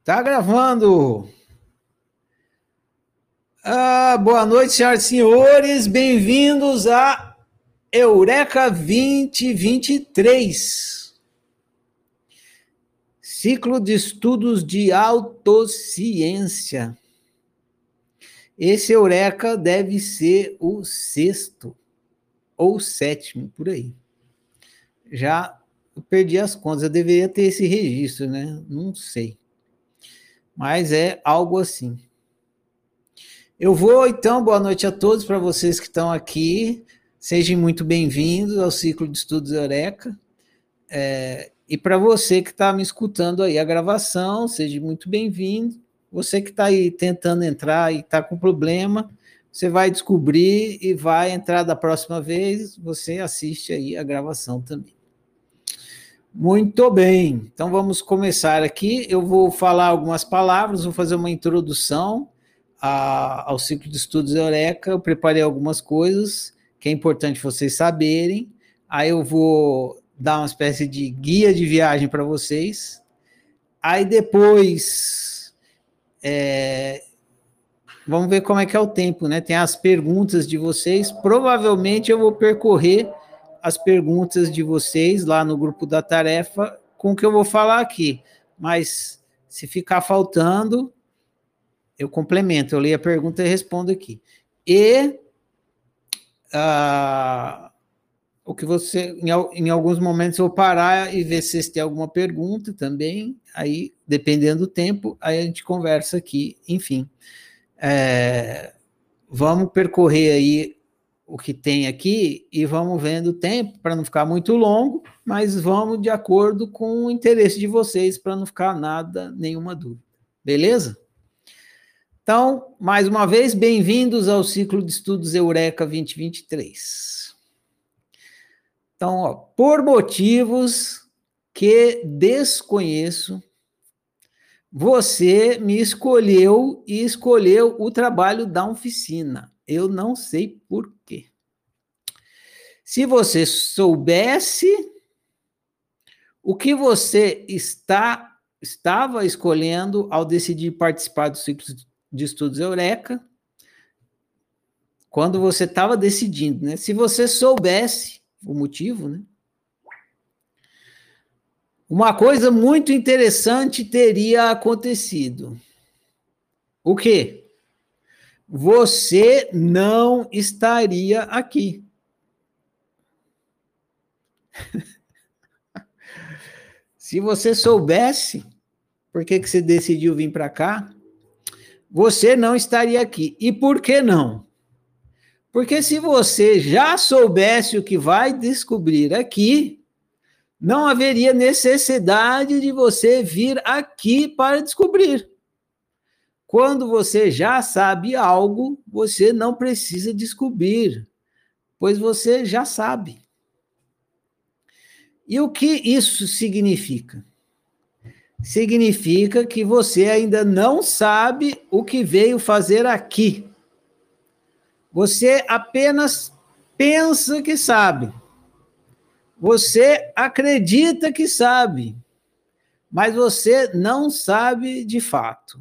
Tá gravando. Boa noite, senhoras e senhores. Bem-vindos a Eureka 2023. Ciclo de estudos de autociência. Esse Eureka deve ser o sexto ou sétimo, por aí. Já perdi as contas, eu deveria ter esse registro, né? Não sei. Mas é algo assim. Eu vou, então, boa noite a todos, para vocês que estão aqui. Sejam muito bem-vindos ao ciclo de estudos Eureka. E para você que está me escutando aí a gravação, seja muito bem-vindo. Você que está aí tentando entrar e está com problema, você vai descobrir e vai entrar da próxima vez, você assiste aí a gravação também. Muito bem, então vamos começar aqui. Eu vou falar algumas palavras, vou fazer uma introdução ao ciclo de estudos Eureka. Eu preparei algumas coisas que é importante vocês saberem. Aí eu vou dar uma espécie de guia de viagem para vocês. Aí depois, vamos ver como é que é o tempo, né? Tem as perguntas de vocês. Provavelmente eu vou percorrer as perguntas de vocês lá no grupo da tarefa com o que eu vou falar aqui. Mas se ficar faltando, eu complemento, eu leio a pergunta e respondo aqui. E o que você, em alguns momentos, eu vou parar e ver se vocês têm alguma pergunta também, aí, dependendo do tempo, aí a gente conversa aqui, enfim. Vamos percorrer aí o que tem aqui e vamos vendo o tempo, para não ficar muito longo, mas vamos de acordo com o interesse de vocês, para não ficar nenhuma dúvida. Beleza? Então, mais uma vez, bem-vindos ao ciclo de estudos Eureka 2023. Então, por motivos que desconheço, você me escolheu e escolheu o trabalho da oficina. Eu não sei por quê. Se você soubesse o que você estava escolhendo ao decidir participar do ciclo de estudos Eureka, quando você estava decidindo, né? Se você soubesse o motivo, né? Uma coisa muito interessante teria acontecido. O quê? Você não estaria aqui. Se você soubesse por que você decidiu vir para cá, você não estaria aqui. E por que não? Porque se você já soubesse o que vai descobrir aqui, não haveria necessidade de você vir aqui para descobrir. Quando você já sabe algo, você não precisa descobrir, pois você já sabe. E o que isso significa? Significa que você ainda não sabe o que veio fazer aqui. Você apenas pensa que sabe. Você acredita que sabe, mas você não sabe de fato.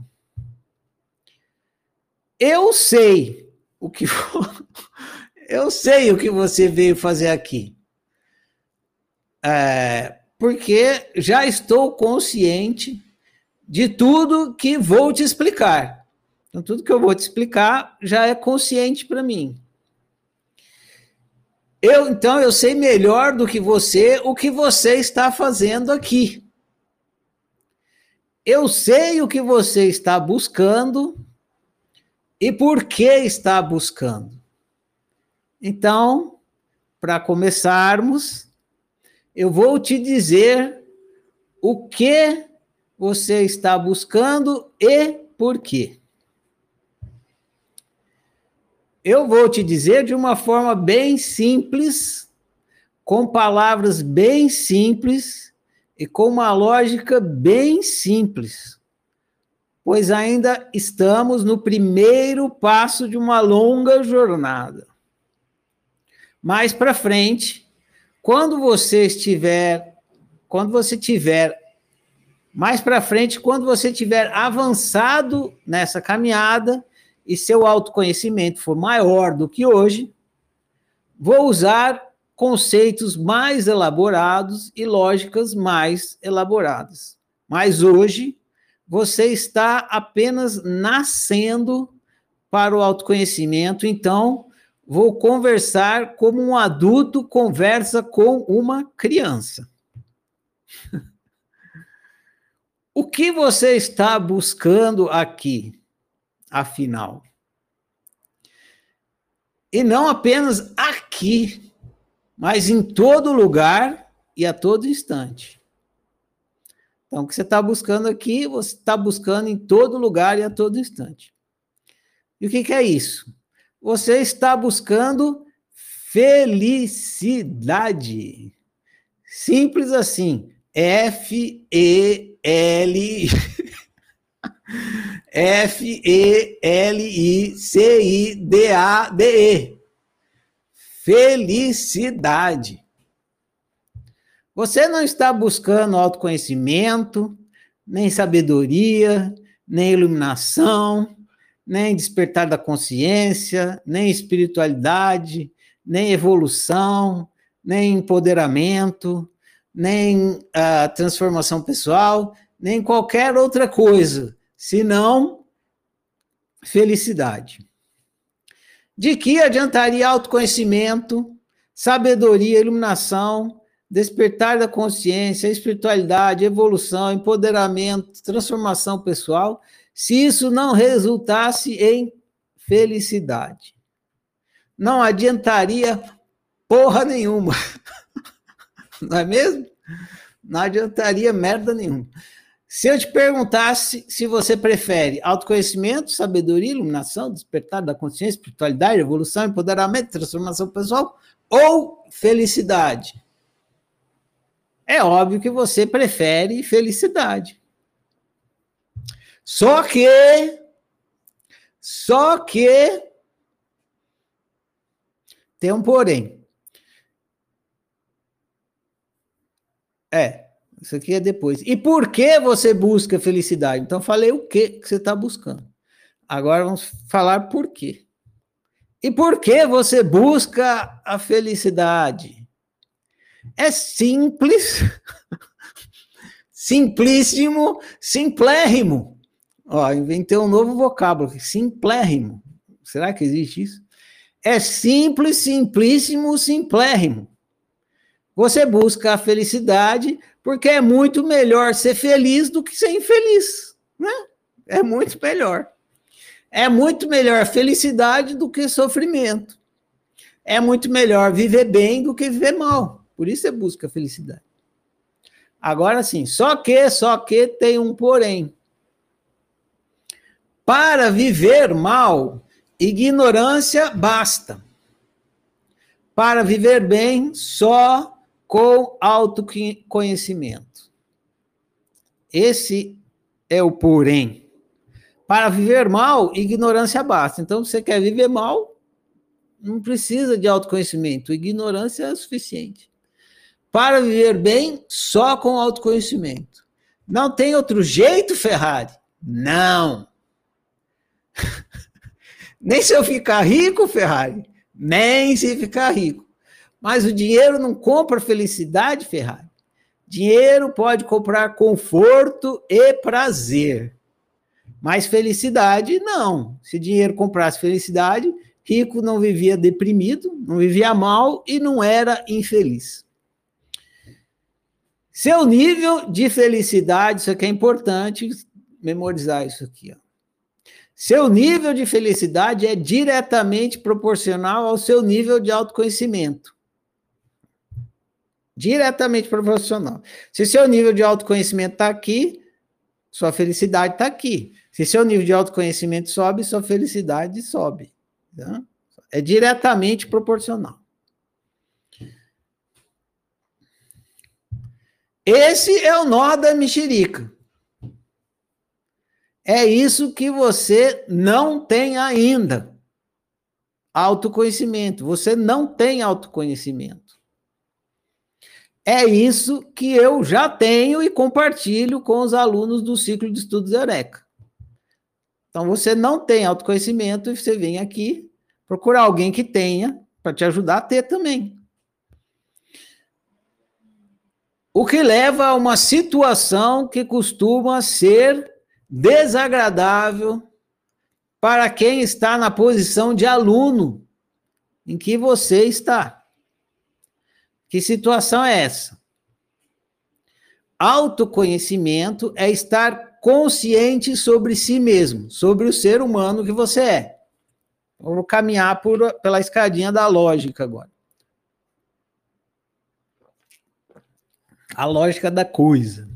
Eu sei o que você veio fazer aqui. Porque já estou consciente de tudo que vou te explicar. Então, tudo que eu vou te explicar já é consciente para mim. Então, eu sei melhor do que você o que você está fazendo aqui. Eu sei o que você está buscando e por que está buscando. Então, para começarmos, eu vou te dizer o que você está buscando e por quê. Eu vou te dizer de uma forma bem simples, com palavras bem simples e com uma lógica bem simples, pois ainda estamos no primeiro passo de uma longa jornada. Mais para frente, quando você tiver Mais para frente, quando você tiver avançado nessa caminhada e seu autoconhecimento for maior do que hoje, vou usar conceitos mais elaborados e lógicas mais elaboradas. Mas hoje, você está apenas nascendo para o autoconhecimento, então vou conversar como um adulto conversa com uma criança. O que você está buscando aqui, afinal? E não apenas aqui, mas em todo lugar e a todo instante. Então, o que você está buscando aqui, você está buscando em todo lugar e a todo instante. E o que é isso? Você está buscando felicidade. Simples assim. Felicidade. Felicidade. Você não está buscando autoconhecimento, nem sabedoria, nem iluminação, nem despertar da consciência, nem espiritualidade, nem evolução, nem empoderamento, nem transformação pessoal, nem qualquer outra coisa, senão felicidade. De que adiantaria autoconhecimento, sabedoria, iluminação, despertar da consciência, espiritualidade, evolução, empoderamento, transformação pessoal, se isso não resultasse em felicidade? Não adiantaria porra nenhuma. Não é mesmo? Não adiantaria merda nenhuma. Se eu te perguntasse se você prefere autoconhecimento, sabedoria, iluminação, despertar da consciência, espiritualidade, evolução, empoderamento, transformação pessoal ou felicidade? É óbvio que você prefere felicidade. Só que tem um porém. Isso aqui é depois. E por que você busca felicidade? Então, falei o que você está buscando. Agora vamos falar por quê. E por que você busca a felicidade? É simples, simplíssimo, simplérrimo. Ó, inventei um novo vocábulo, simplérrimo. Será que existe isso? É simples, simplíssimo, simplérrimo. Você busca a felicidade porque é muito melhor ser feliz do que ser infeliz, né? É muito melhor. É muito melhor felicidade do que sofrimento. É muito melhor viver bem do que viver mal. Por isso você busca a felicidade. Agora sim, só que tem um porém. Para viver mal, ignorância basta. Para viver bem, só com autoconhecimento. Esse é o porém. Para viver mal, ignorância basta. Então, se você quer viver mal, não precisa de autoconhecimento. Ignorância é suficiente. Para viver bem, só com autoconhecimento. Não tem outro jeito, Ferrari? Não. Nem se eu ficar rico, Ferrari. Nem se ficar rico. Mas o dinheiro não compra felicidade, Ferrari. Dinheiro pode comprar conforto e prazer. Mas felicidade, não. Se dinheiro comprasse felicidade, rico não vivia deprimido, não vivia mal e não era infeliz. Seu nível de felicidade, isso aqui é importante memorizar isso aqui, ó. Seu nível de felicidade é diretamente proporcional ao seu nível de autoconhecimento. Diretamente proporcional. Se seu nível de autoconhecimento está aqui, sua felicidade está aqui. Se seu nível de autoconhecimento sobe, sua felicidade sobe. Tá? É diretamente proporcional. Esse é o nó da mexerica. É isso que você não tem ainda. Autoconhecimento. Você não tem autoconhecimento. É isso que eu já tenho e compartilho com os alunos do ciclo de estudos Eureka. Então, você não tem autoconhecimento e você vem aqui procurar alguém que tenha para te ajudar a ter também. O que leva a uma situação que costuma ser desagradável para quem está na posição de aluno em que você está. Que situação é essa? Autoconhecimento é estar consciente sobre si mesmo, sobre o ser humano que você é. Vamos caminhar pela escadinha da lógica agora. A lógica da coisa.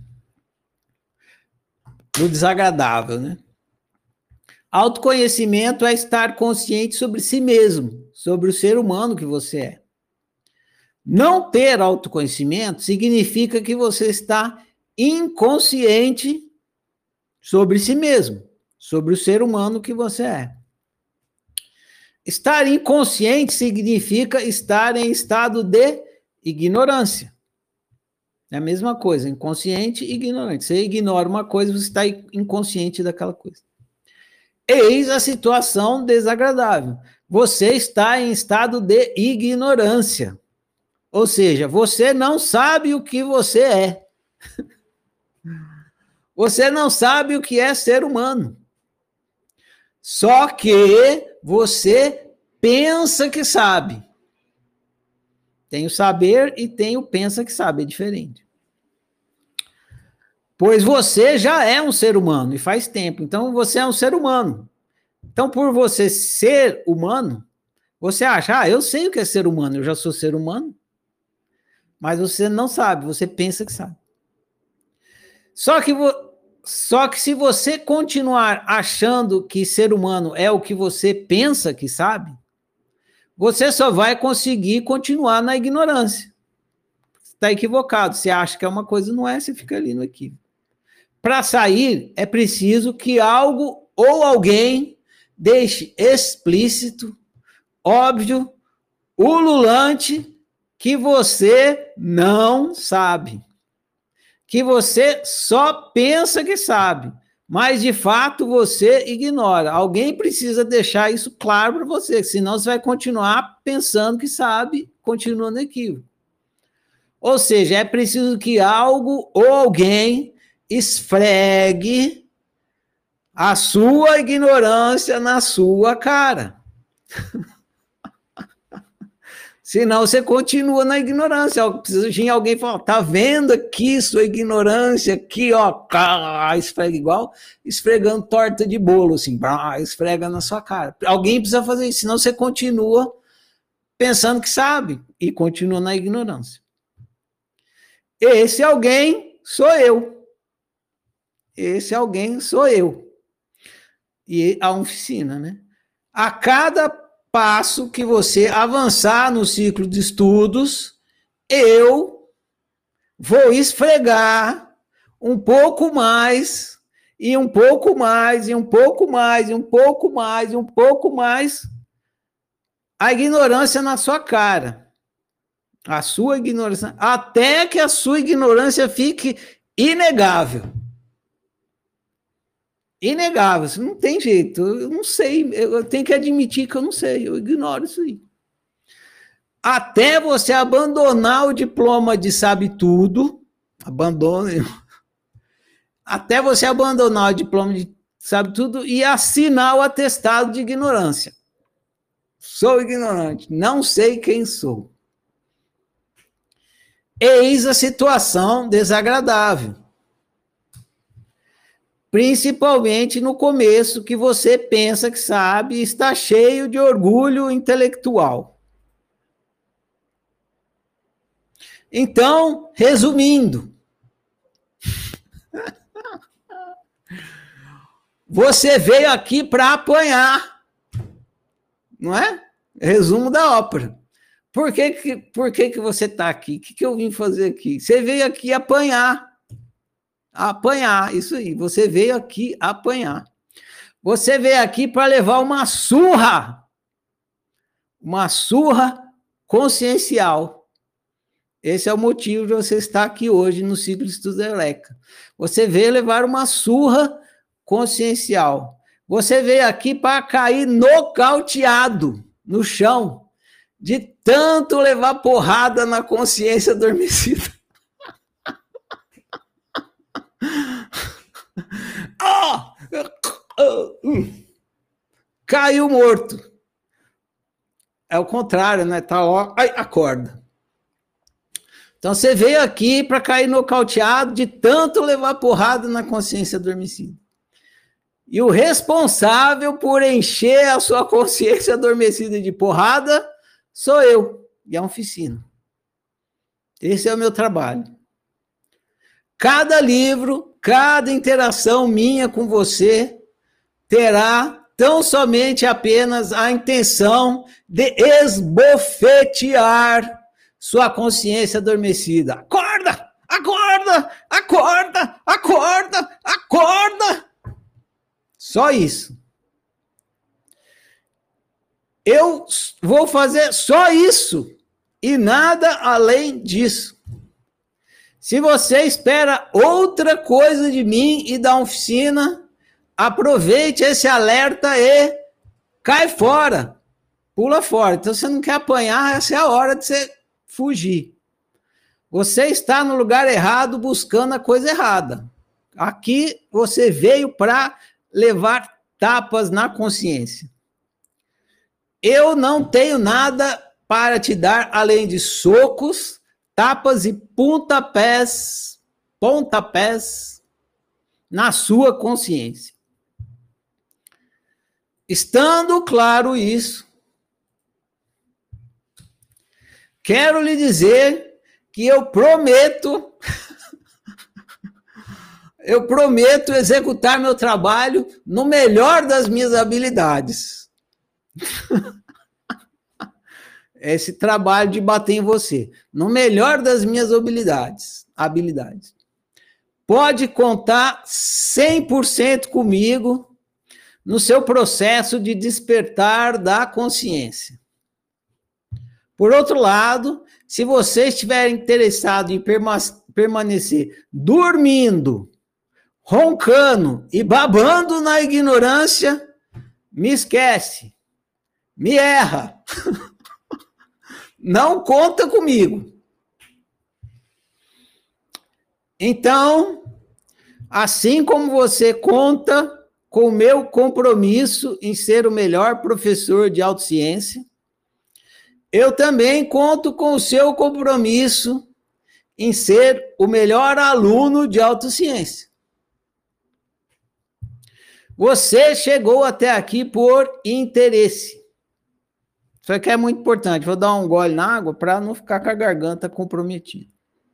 Do desagradável, né? Autoconhecimento é estar consciente sobre si mesmo, sobre o ser humano que você é. Não ter autoconhecimento significa que você está inconsciente sobre si mesmo, sobre o ser humano que você é. Estar inconsciente significa estar em estado de ignorância. É a mesma coisa, inconsciente e ignorante. Você ignora uma coisa, você está inconsciente daquela coisa. Eis a situação desagradável. Você está em estado de ignorância. Ou seja, você não sabe o que você é. Você não sabe o que é ser humano. Só que você pensa que sabe. Tem o saber e tem o pensa que sabe, é diferente. Pois você já é um ser humano e faz tempo, então você é um ser humano. Então, por você ser humano, você acha, eu sei o que é ser humano, eu já sou ser humano. Mas você não sabe, você pensa que sabe. Só que se você continuar achando que ser humano é o que você pensa que sabe, você só vai conseguir continuar na ignorância. Está equivocado. Você acha que é uma coisa, não é, você fica ali no equívoco. Para sair, é preciso que algo ou alguém deixe explícito, óbvio, ululante, que você não sabe. Que você só pensa que sabe, mas de fato você ignora. Alguém precisa deixar isso claro para você, senão você vai continuar pensando que sabe, continua no equívoco. Ou seja, é preciso que algo ou alguém esfregue a sua ignorância na sua cara. Senão você continua na ignorância. Precisa de alguém falar, tá vendo aqui sua ignorância? Aqui, ó, esfrega igual esfregando torta de bolo, assim, esfrega na sua cara. Alguém precisa fazer isso, senão você continua pensando que sabe e continua na ignorância. Esse alguém sou eu. Esse alguém sou eu. E a oficina, né? A cada passo que você avançar no ciclo de estudos, eu vou esfregar um pouco mais, e um pouco mais, e um pouco mais, e um pouco mais, e um pouco mais, a ignorância na sua cara. A sua ignorância, até que a sua ignorância fique inegável. Inegável, isso não tem jeito, eu não sei, eu tenho que admitir que eu não sei, eu ignoro isso aí. Até você abandonar o diploma de sabe tudo, até você abandonar o diploma de sabe tudo e assinar o atestado de ignorância. Sou ignorante, não sei quem sou. Eis a situação desagradável. Principalmente no começo, que você pensa que sabe e está cheio de orgulho intelectual. Então, resumindo, você veio aqui para apanhar, não é? Resumo da ópera. Por que você está aqui? O que eu vim fazer aqui? Você veio aqui apanhar. Apanhar, isso aí. Você veio aqui apanhar. Você veio aqui para levar uma surra consciencial. Esse é o motivo de você estar aqui hoje no ciclo de estudos da Eureka. Você veio levar uma surra consciencial. Você veio aqui para cair nocauteado no chão, de tanto levar porrada na consciência adormecida. Caiu morto. É o contrário, né? Tá ó, ai, acorda. Então você veio aqui para cair nocauteado de tanto levar porrada na consciência adormecida. E o responsável por encher a sua consciência adormecida de porrada sou eu, e a oficina. Esse é o meu trabalho. Cada livro, cada interação minha com você terá tão somente apenas a intenção de esbofetear sua consciência adormecida. Acorda! Acorda! Acorda! Acorda! Acorda! Só isso. Eu vou fazer só isso e nada além disso. Se você espera outra coisa de mim e da oficina, aproveite esse alerta e cai fora, pula fora. Então, se você não quer apanhar, essa é a hora de você fugir. Você está no lugar errado buscando a coisa errada. Aqui você veio para levar tapas na consciência. Eu não tenho nada para te dar além de socos, tapas e pontapés na sua consciência. Estando claro isso, quero lhe dizer que eu prometo executar meu trabalho no melhor das minhas habilidades. Esse trabalho de bater em você, no melhor das minhas habilidades. Pode contar 100% comigo no seu processo de despertar da consciência. Por outro lado, se você estiver interessado em permanecer dormindo, roncando e babando na ignorância, me esquece, me erra. Não conta comigo. Então, assim como você conta com o meu compromisso em ser o melhor professor de autociência, eu também conto com o seu compromisso em ser o melhor aluno de autociência. Você chegou até aqui por interesse. Isso aqui é muito importante. Vou dar um gole na água para não ficar com a garganta comprometida.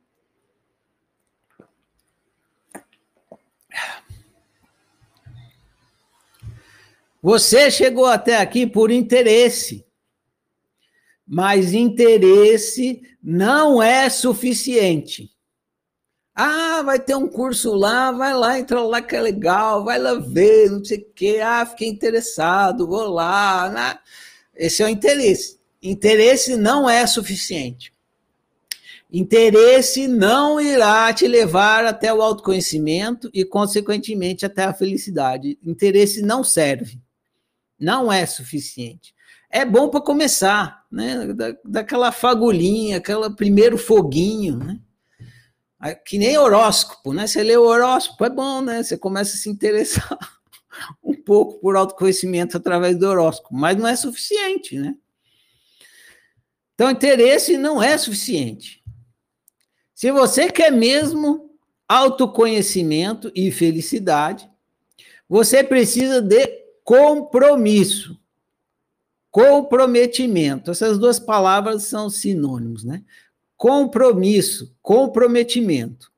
Você chegou até aqui por interesse. Mas interesse não é suficiente. Ah, vai ter um curso lá, vai lá, entra lá que é legal, vai lá ver, não sei o quê. Ah, fiquei interessado, vou lá, né? Esse é o interesse. Interesse não é suficiente. Interesse não irá te levar até o autoconhecimento e, consequentemente, até a felicidade. Interesse não serve. Não é suficiente. É bom para começar, né? Daquela fagulhinha, aquele primeiro foguinho, né? Que nem horóscopo, né? Você lê o horóscopo, é bom, né? Você começa a se interessar um pouco por autoconhecimento através do horóscopo, mas não é suficiente, né? Então, interesse não é suficiente. Se você quer mesmo autoconhecimento e felicidade, você precisa de compromisso. Comprometimento. Essas duas palavras são sinônimos, né? Compromisso, comprometimento.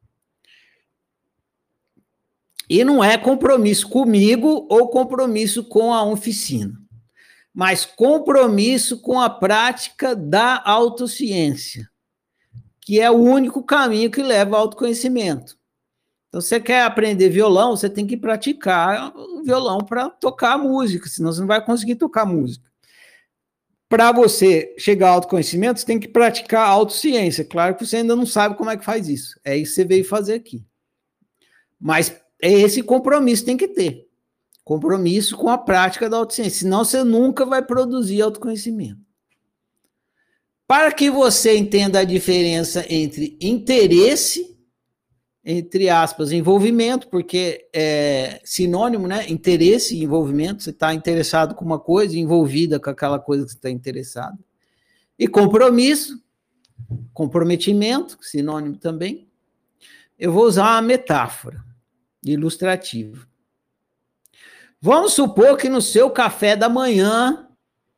E não é compromisso comigo ou compromisso com a oficina, mas compromisso com a prática da autociência, que é o único caminho que leva ao autoconhecimento. Então, você quer aprender violão, você tem que praticar o violão para tocar música, senão você não vai conseguir tocar música. Para você chegar ao autoconhecimento, você tem que praticar a autociência. Claro que você ainda não sabe como é que faz isso. É isso que você veio fazer aqui. Mas é esse compromisso que tem que ter. Compromisso com a prática da autociência. Senão você nunca vai produzir autoconhecimento. Para que você entenda a diferença entre interesse, entre aspas, envolvimento, porque é sinônimo, né? Interesse e envolvimento. Você está interessado com uma coisa, envolvida com aquela coisa que você está interessado. E compromisso, comprometimento, sinônimo também. Eu vou usar uma metáfora ilustrativa. Vamos supor que no seu café da manhã,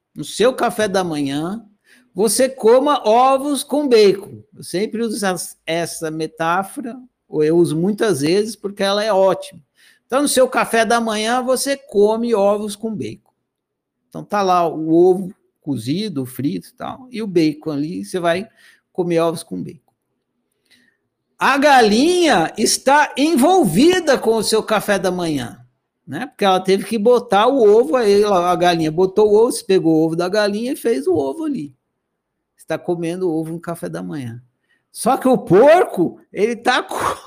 você coma ovos com bacon. Eu sempre uso essa metáfora, ou eu uso muitas vezes, porque ela é ótima. Então, no seu café da manhã, você come ovos com bacon. Então, tá lá o ovo cozido, frito e tal, e o bacon ali, você vai comer ovos com bacon. A galinha está envolvida com o seu café da manhã, né? Porque ela teve que botar o ovo, aí a galinha botou o ovo, você pegou o ovo da galinha e fez o ovo ali. Está comendo ovo no café da manhã. Só que o porco, ele está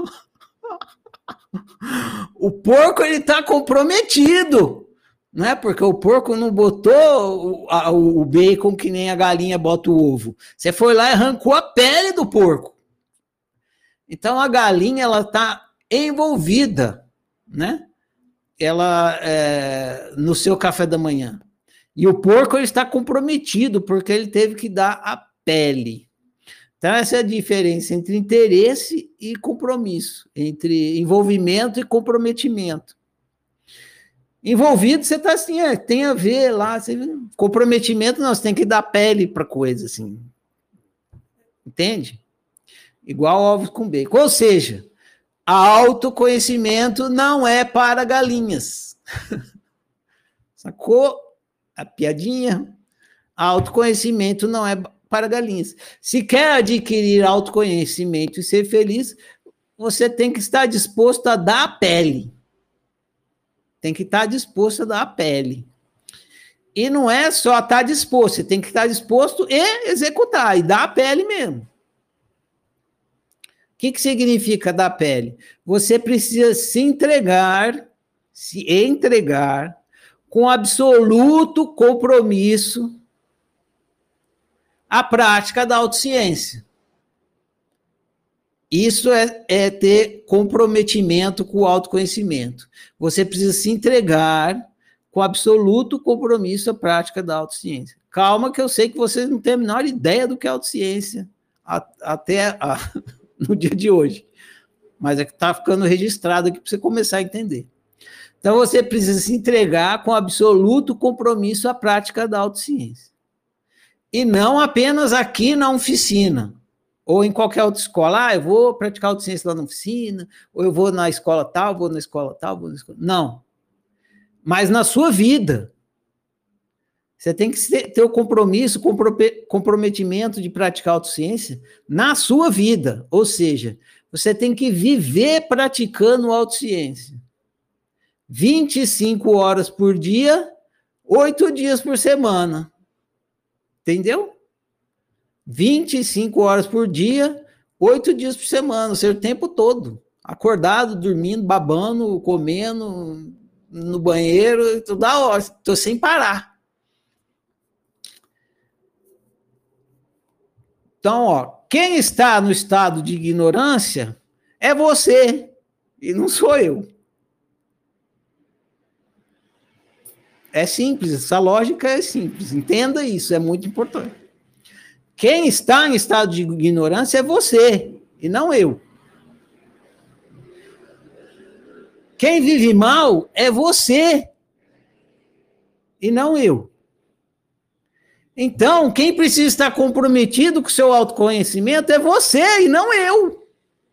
o porco, ele está comprometido, né? Porque o porco não botou o bacon que nem a galinha bota o ovo. Você foi lá e arrancou a pele do porco. Então a galinha, ela está envolvida, né? Ela no seu café da manhã. E o porco, ele está comprometido porque ele teve que dar a pele. Então essa é a diferença entre interesse e compromisso, entre envolvimento e comprometimento. Envolvido, você está assim, tem a ver lá, comprometimento, nós tem que dar pele para coisa, assim. Entende? Igual ovos com bacon. Ou seja, autoconhecimento não é para galinhas. Sacou a piadinha? Autoconhecimento não é para galinhas. Se quer adquirir autoconhecimento e ser feliz, você tem que estar disposto a dar a pele. Tem que estar disposto a dar a pele. E não é só estar disposto, você tem que estar disposto e executar, e dar a pele mesmo. O que significa dar pele? Você precisa se entregar com absoluto compromisso à prática da autociência. Isso é ter comprometimento com o autoconhecimento. Você precisa se entregar com absoluto compromisso à prática da autociência. Calma que eu sei que vocês não têm a menor ideia do que é autociência até no dia de hoje. Mas é que está ficando registrado aqui para você começar a entender. Então, você precisa se entregar com absoluto compromisso à prática da autociência. E não apenas aqui na oficina, ou em qualquer outra escola. Eu vou praticar autociência lá na oficina, ou eu vou na escola tal, vou na escola tal, vou na escola... Não. Mas na sua vida. Você tem que ter o compromisso, comprometimento de praticar autociência na sua vida. Ou seja, você tem que viver praticando autociência. 25 horas por dia, 8 dias por semana. Entendeu? 25 horas por dia, 8 dias por semana, o seu tempo todo. Acordado, dormindo, babando, comendo, no banheiro, toda hora. Estou sem parar. Então, quem está no estado de ignorância é você, e não sou eu. É simples, essa lógica é simples. Entenda isso, é muito importante. Quem está em estado de ignorância é você, e não eu. Quem vive mal é você, e não eu. Então, quem precisa estar comprometido com o seu autoconhecimento é você, e não eu.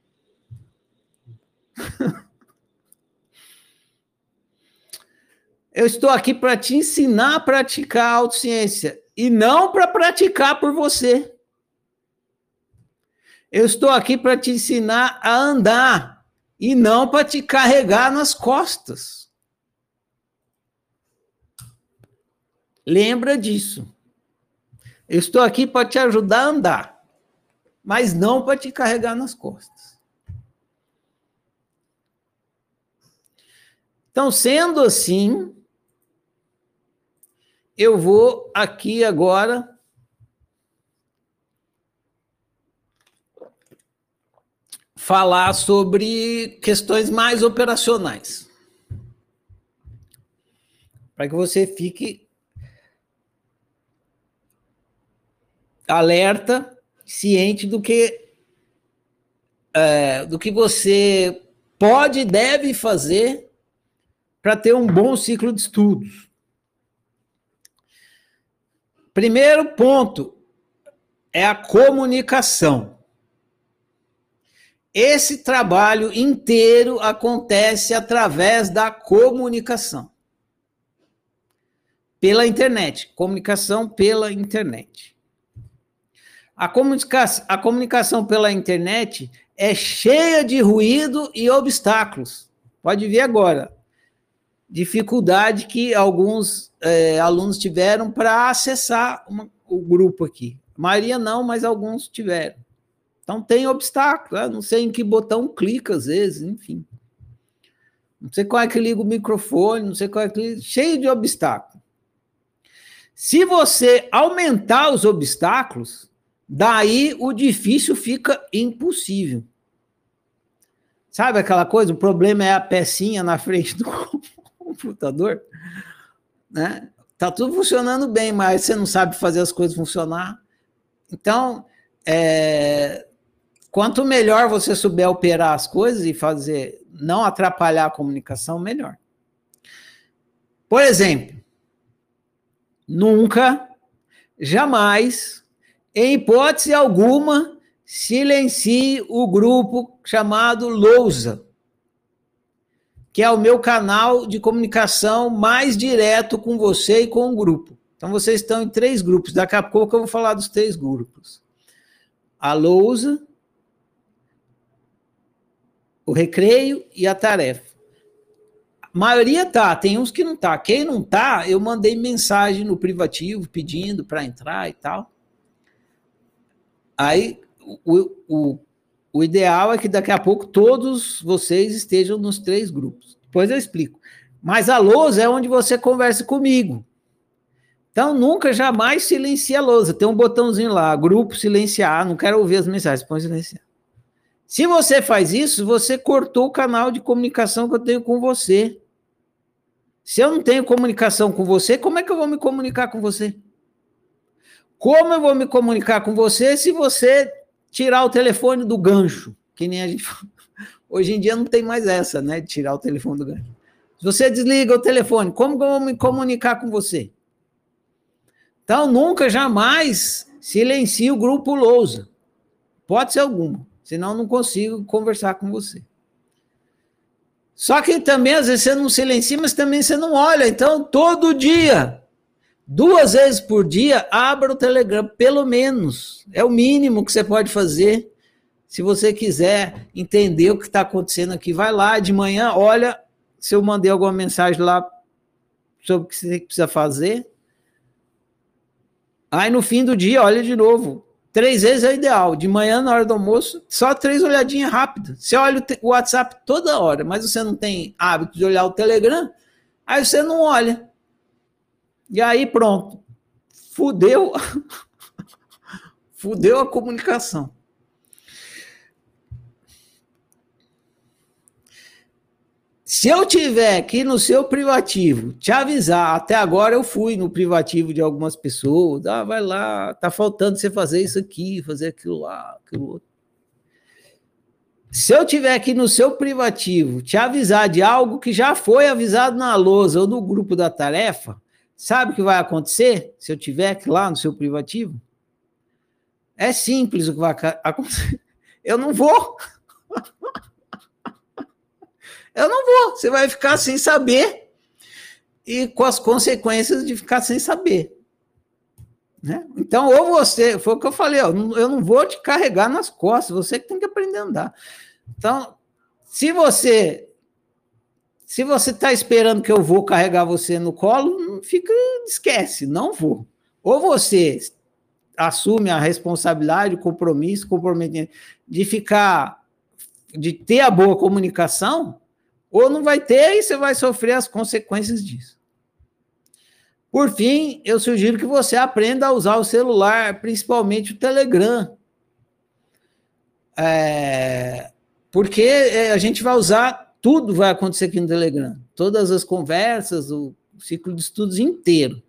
Eu estou aqui para te ensinar a praticar a autociência e não para praticar por você. Eu estou aqui para te ensinar a andar e não para te carregar nas costas. Lembra disso. Eu estou aqui para te ajudar a andar, mas não para te carregar nas costas. Então, sendo assim, eu vou aqui agora falar sobre questões mais operacionais. Para que você fique alerta, ciente do que você pode e deve fazer para ter um bom ciclo de estudos. Primeiro ponto é a comunicação. Esse trabalho inteiro acontece através da comunicação. Pela internet. Comunicação pela internet. A comunicação pela internet é cheia de ruído e obstáculos. Pode ver agora. Dificuldade que alguns alunos tiveram para acessar o grupo aqui. A maioria não, mas alguns tiveram. Então tem obstáculo, não sei em que botão clica às vezes, enfim. Não sei qual é que liga o microfone, não sei qual é que liga, cheio de obstáculos. Se você aumentar os obstáculos, daí o difícil fica impossível. Sabe aquela coisa? O problema é a pecinha na frente do computador, né? Tá tudo funcionando bem, mas você não sabe fazer as coisas funcionar. Então, quanto melhor você souber operar as coisas e fazer, não atrapalhar a comunicação, melhor. Por exemplo, nunca, jamais, em hipótese alguma, silencie o grupo chamado Lousa, que é o meu canal de comunicação mais direto com você e com o grupo. Então, vocês estão em 3 grupos. Daqui a pouco eu vou falar dos 3 grupos. A lousa, o recreio e a tarefa. A maioria tá, tem uns que não tá. Quem não tá, eu mandei mensagem no privativo pedindo para entrar e tal. Aí, o ideal é que daqui a pouco todos vocês estejam nos 3 grupos. Depois eu explico. Mas a lousa é onde você conversa comigo. Então, nunca, jamais silencie a lousa. Tem um botãozinho lá, grupo silenciar, não quero ouvir as mensagens, põe silenciar. Se você faz isso, você cortou o canal de comunicação que eu tenho com você. Se eu não tenho comunicação com você, como é que eu vou me comunicar com você? Como eu vou me comunicar com você se você tirar o telefone do gancho? Que nem a gente fala. Hoje em dia não tem mais essa, né, de tirar o telefone do gancho. Se você desliga o telefone, como que eu vou me comunicar com você? Então, nunca, jamais silencie o grupo lousa. Pode ser alguma, senão não consigo conversar com você. Só que também, às vezes, você não silencia, mas também você não olha. Então, todo dia, 2 vezes por dia, abra o Telegram, pelo menos. É o mínimo que você pode fazer. Se você quiser entender o que está acontecendo aqui, vai lá de manhã, olha se eu mandei alguma mensagem lá sobre o que você precisa fazer. Aí no fim do dia, olha de novo. 3 vezes é ideal. De manhã, na hora do almoço, só 3 olhadinhas rápidas. Você olha o WhatsApp toda hora, mas você não tem hábito de olhar o Telegram, aí você não olha. E aí pronto. Fudeu. Fudeu a comunicação. Se eu tiver aqui no seu privativo, te avisar, até agora eu fui no privativo de algumas pessoas, vai lá, tá faltando você fazer isso aqui, fazer aquilo lá, aquilo outro. Se eu tiver aqui no seu privativo, te avisar de algo que já foi avisado na lousa ou no grupo da tarefa, sabe o que vai acontecer se eu tiver aqui lá no seu privativo? É simples o que vai acontecer. Eu não vou. Eu não vou, você vai ficar sem saber e com as consequências de ficar sem saber. Né? Então, ou você, foi o que eu falei, eu não vou te carregar nas costas, você que tem que aprender a andar. Então, se você está esperando que eu vou carregar você no colo, esquece, não vou. Ou você assume a responsabilidade, o compromisso, comprometimento de ter a boa comunicação, ou não vai ter e você vai sofrer as consequências disso. Por fim, eu sugiro que você aprenda a usar o celular, principalmente o Telegram. Porque a gente vai usar, tudo vai acontecer aqui no Telegram. Todas as conversas, o ciclo de estudos inteiro.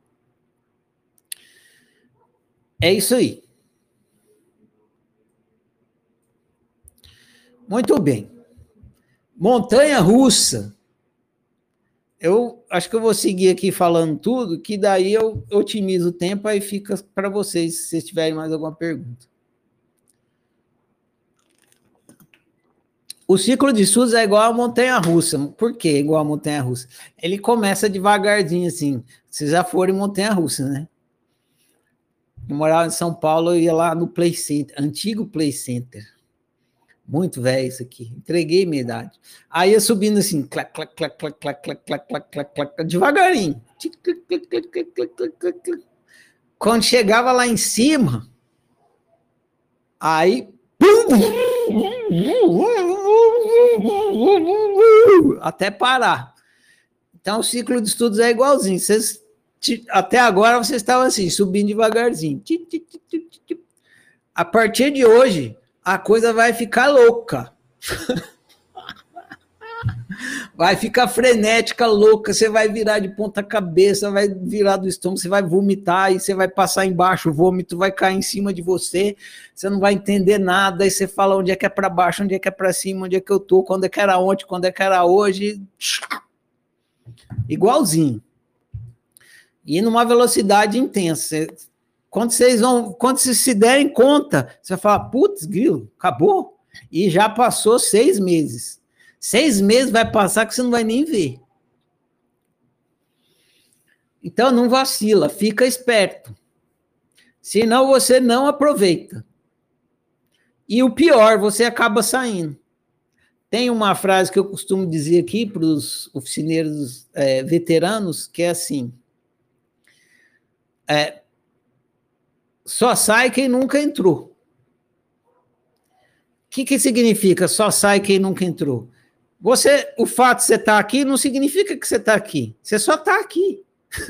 É isso aí. Muito bem. Montanha-russa. Eu acho que eu vou seguir aqui falando tudo, que daí eu otimizo o tempo, aí fica para vocês, se vocês tiverem mais alguma pergunta. O ciclo de estudos é igual a montanha-russa. Por que igual a montanha-russa? Ele começa devagarzinho, assim. Vocês já foram em montanha-russa, né? Eu morava em São Paulo, eu ia lá no Play Center, antigo Play Center. Muito velho isso aqui. Entreguei minha idade. Aí eu subindo assim, clac, clac, clac, clac, clac, clac, clac, clac, clac, clac, devagarinho. Quando chegava lá em cima, aí até parar. Então o ciclo de estudos é igualzinho. Vocês, até agora vocês estavam assim, subindo devagarzinho. A partir de hoje, a coisa vai ficar louca. Vai ficar frenética, louca, você vai virar de ponta cabeça, vai virar do estômago, você vai vomitar, e você vai passar embaixo, o vômito vai cair em cima de você, você não vai entender nada, aí você fala onde é que é para baixo, onde é que é para cima, onde é que eu tô, quando é que era ontem, quando é que era hoje, igualzinho. E numa velocidade intensa. Quando vocês se derem conta, você vai falar, putz, grilo, acabou? E já passou 6 meses. 6 meses vai passar que você não vai nem ver. Então, não vacila, fica esperto. Senão, você não aproveita. E o pior, você acaba saindo. Tem uma frase que eu costumo dizer aqui para os oficineiros veteranos, que é assim, só sai quem nunca entrou. O que significa só sai quem nunca entrou? O fato de você estar aqui não significa que você está aqui. Você só está aqui.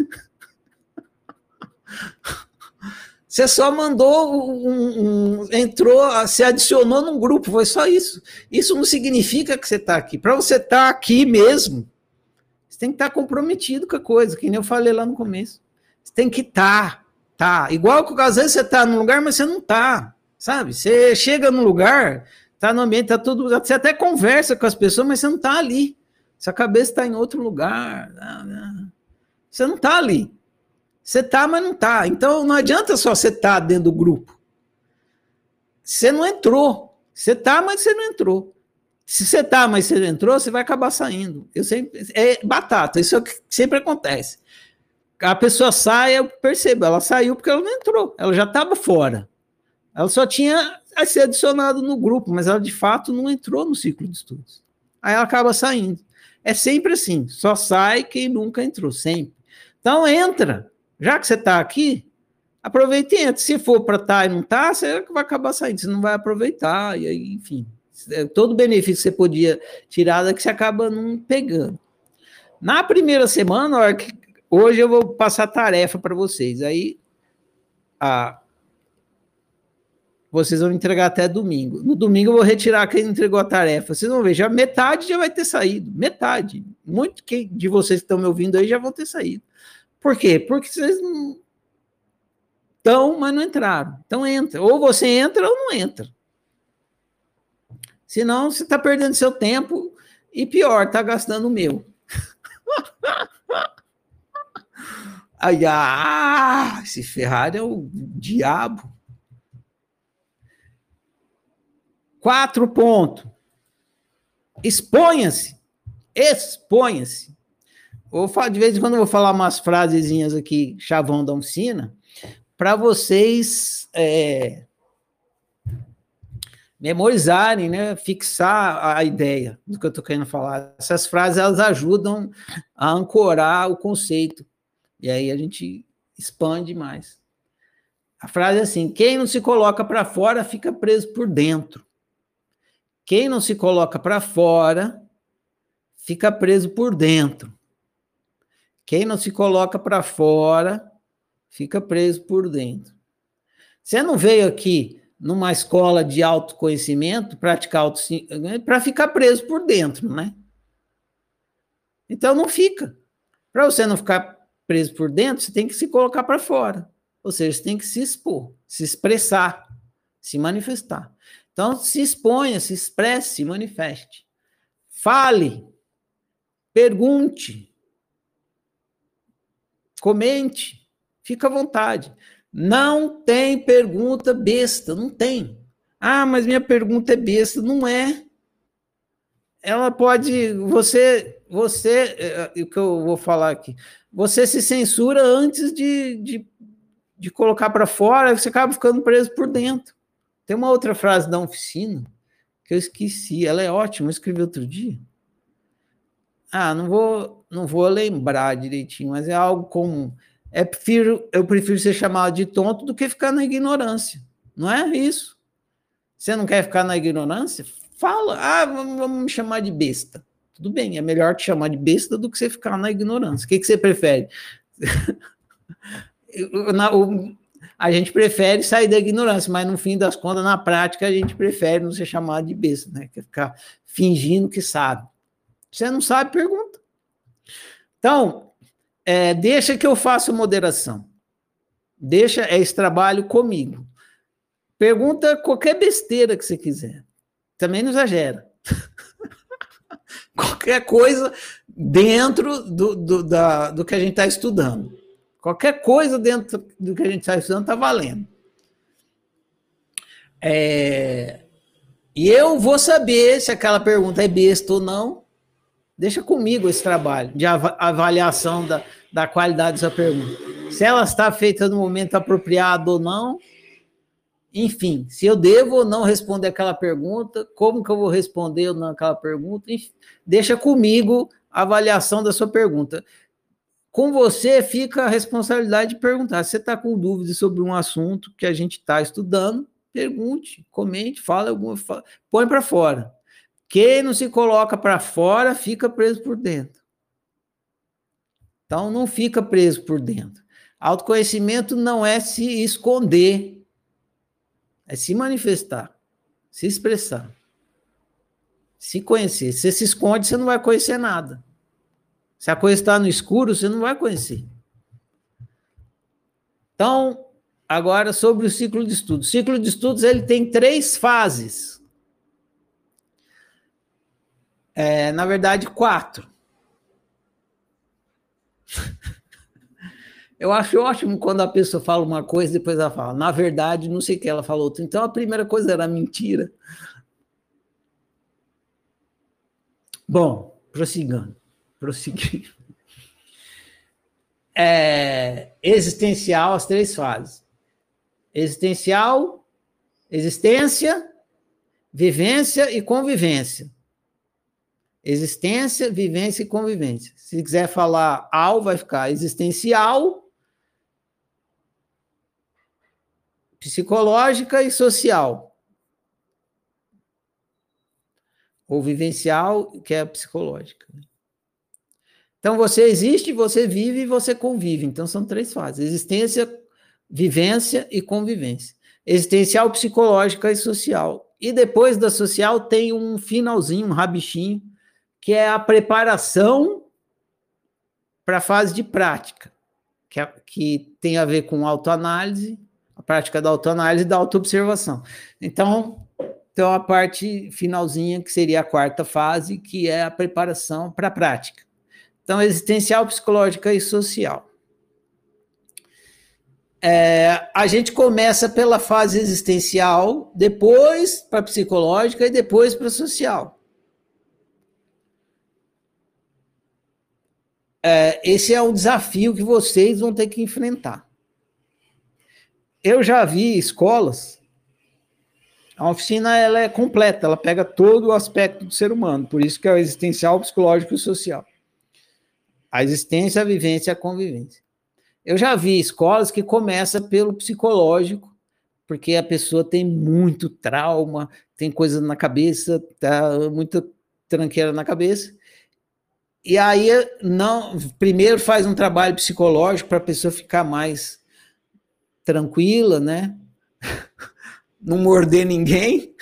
Você só mandou, entrou, se adicionou num grupo, foi só isso. Isso não significa que você está aqui. Para você estar aqui mesmo, você tem que estar comprometido com a coisa, que nem eu falei lá no começo. Você tem que estar. Igual que às vezes você está num lugar, mas você não está. Sabe? Você chega num lugar, está no ambiente, está tudo. Você até conversa com as pessoas, mas você não está ali. Sua cabeça está em outro lugar. Você não está ali. Você está, mas não está. Então não adianta só você estar dentro do grupo. Você não entrou. Você está, mas você não entrou. Se você está, mas você não entrou, você vai acabar saindo. É batata, isso é o que sempre acontece. A pessoa sai, eu percebo, ela saiu porque ela não entrou, ela já estava fora. Ela só tinha a ser adicionada no grupo, mas ela de fato não entrou no ciclo de estudos. Aí ela acaba saindo. É sempre assim, só sai quem nunca entrou, sempre. Então entra, já que você está aqui, aproveita e entra. Se for para estar e não está, você vai acabar saindo, você não vai aproveitar, e aí, enfim. Todo benefício que você podia tirar daqui, você acaba não pegando. Na primeira semana, hoje eu vou passar tarefa para vocês, aí vocês vão entregar até domingo. No domingo eu vou retirar quem entregou a tarefa. Vocês vão ver, já metade já vai ter saído. Metade. Muito de vocês que estão me ouvindo aí já vão ter saído. Por quê? Porque vocês não estão, mas não entraram. Então entra. Ou você entra ou não entra. Senão você está perdendo seu tempo e pior, está gastando o meu. Esse Ferrari é o diabo. 4 pontos. Exponha-se. Exponha-se. De vez em quando eu vou falar umas frasezinhas aqui, chavão da oficina, para vocês memorizarem, né? Fixar a ideia do que eu estou querendo falar. Essas frases, elas ajudam a ancorar o conceito. E aí a gente expande mais. A frase é assim: quem não se coloca para fora fica preso por dentro. Quem não se coloca para fora fica preso por dentro. Quem não se coloca para fora fica preso por dentro. Você não veio aqui numa escola de autoconhecimento, praticar autoconhecimento, para ficar preso por dentro, né? Então não fica. Para você não ficar preso por dentro, você tem que se colocar para fora. Ou seja, você tem que se expor, se expressar, se manifestar. Então, se exponha, se expresse, se manifeste. Fale, pergunte, comente, fica à vontade. Não tem pergunta besta, não tem. Ah, mas minha pergunta é besta. Não é. Ela pode, o que eu vou falar aqui, você se censura antes de colocar para fora, você acaba ficando preso por dentro. Tem uma outra frase da oficina que eu esqueci, ela é ótima, eu escrevi outro dia. Ah, não vou lembrar direitinho, mas é algo comum. Eu prefiro ser chamado de tonto do que ficar na ignorância. Não é isso? Você não quer ficar na ignorância? Fala, vamos me chamar de besta. Tudo bem, é melhor te chamar de besta do que você ficar na ignorância. O que você prefere? A gente prefere sair da ignorância, mas no fim das contas, na prática, a gente prefere não ser chamado de besta, né? Que ficar fingindo que sabe. Você não sabe, pergunta. Então, deixa que eu faça moderação. Deixa esse trabalho comigo. Pergunta qualquer besteira que você quiser. Também não exagera. Qualquer coisa dentro do que a gente está estudando. Qualquer coisa dentro do que a gente está estudando está valendo. E eu vou saber se aquela pergunta é besta ou não. Deixa comigo esse trabalho de avaliação da qualidade dessa pergunta. Se ela está feita no momento apropriado ou não. Enfim, se eu devo ou não responder aquela pergunta, como que eu vou responder ou não aquela pergunta, enfim, deixa comigo a avaliação da sua pergunta. Com você fica a responsabilidade de perguntar. Se você está com dúvidas sobre um assunto que a gente está estudando, pergunte, comente, põe para fora. Quem não se coloca para fora fica preso por dentro. Então, não fica preso por dentro. Autoconhecimento não é se esconder, é se manifestar, se expressar, se conhecer. Se você se esconde, você não vai conhecer nada. Se a coisa está no escuro, você não vai conhecer. Então, agora sobre o ciclo de estudos. O ciclo de estudos ele tem 3 fases. Na verdade, 4. Eu acho ótimo quando a pessoa fala uma coisa e depois ela fala, na verdade, não sei o que ela falou. Então, a primeira coisa era mentira. Bom, prosseguindo. Existencial, as 3 fases. Existencial, existência, vivência e convivência. Existência, vivência e convivência. Se quiser falar ao, vai ficar existencial, psicológica e social. Ou vivencial, que é a psicológica. Então, você existe, você vive e você convive. Então, são 3 fases. Existência, vivência e convivência. Existencial, psicológica e social. E depois da social tem um finalzinho, um rabichinho, que é a preparação para a fase de prática, que tem a ver com autoanálise, a prática da autoanálise e da autoobservação. Então, a parte finalzinha, que seria a 4ª fase, que é a preparação para a prática. Então, existencial, psicológica e social. A gente começa pela fase existencial, depois para a psicológica e depois para a social. Esse é um desafio que vocês vão ter que enfrentar. Eu já vi escolas, a oficina ela é completa, ela pega todo o aspecto do ser humano, por isso que é o existencial, psicológico e social. A existência, a vivência e a convivência. Eu já vi escolas que começam pelo psicológico, porque a pessoa tem muito trauma, tem coisa na cabeça, tá muita tranqueira na cabeça. E aí não, primeiro faz um trabalho psicológico para a pessoa ficar mais tranquila, né? Não morder ninguém.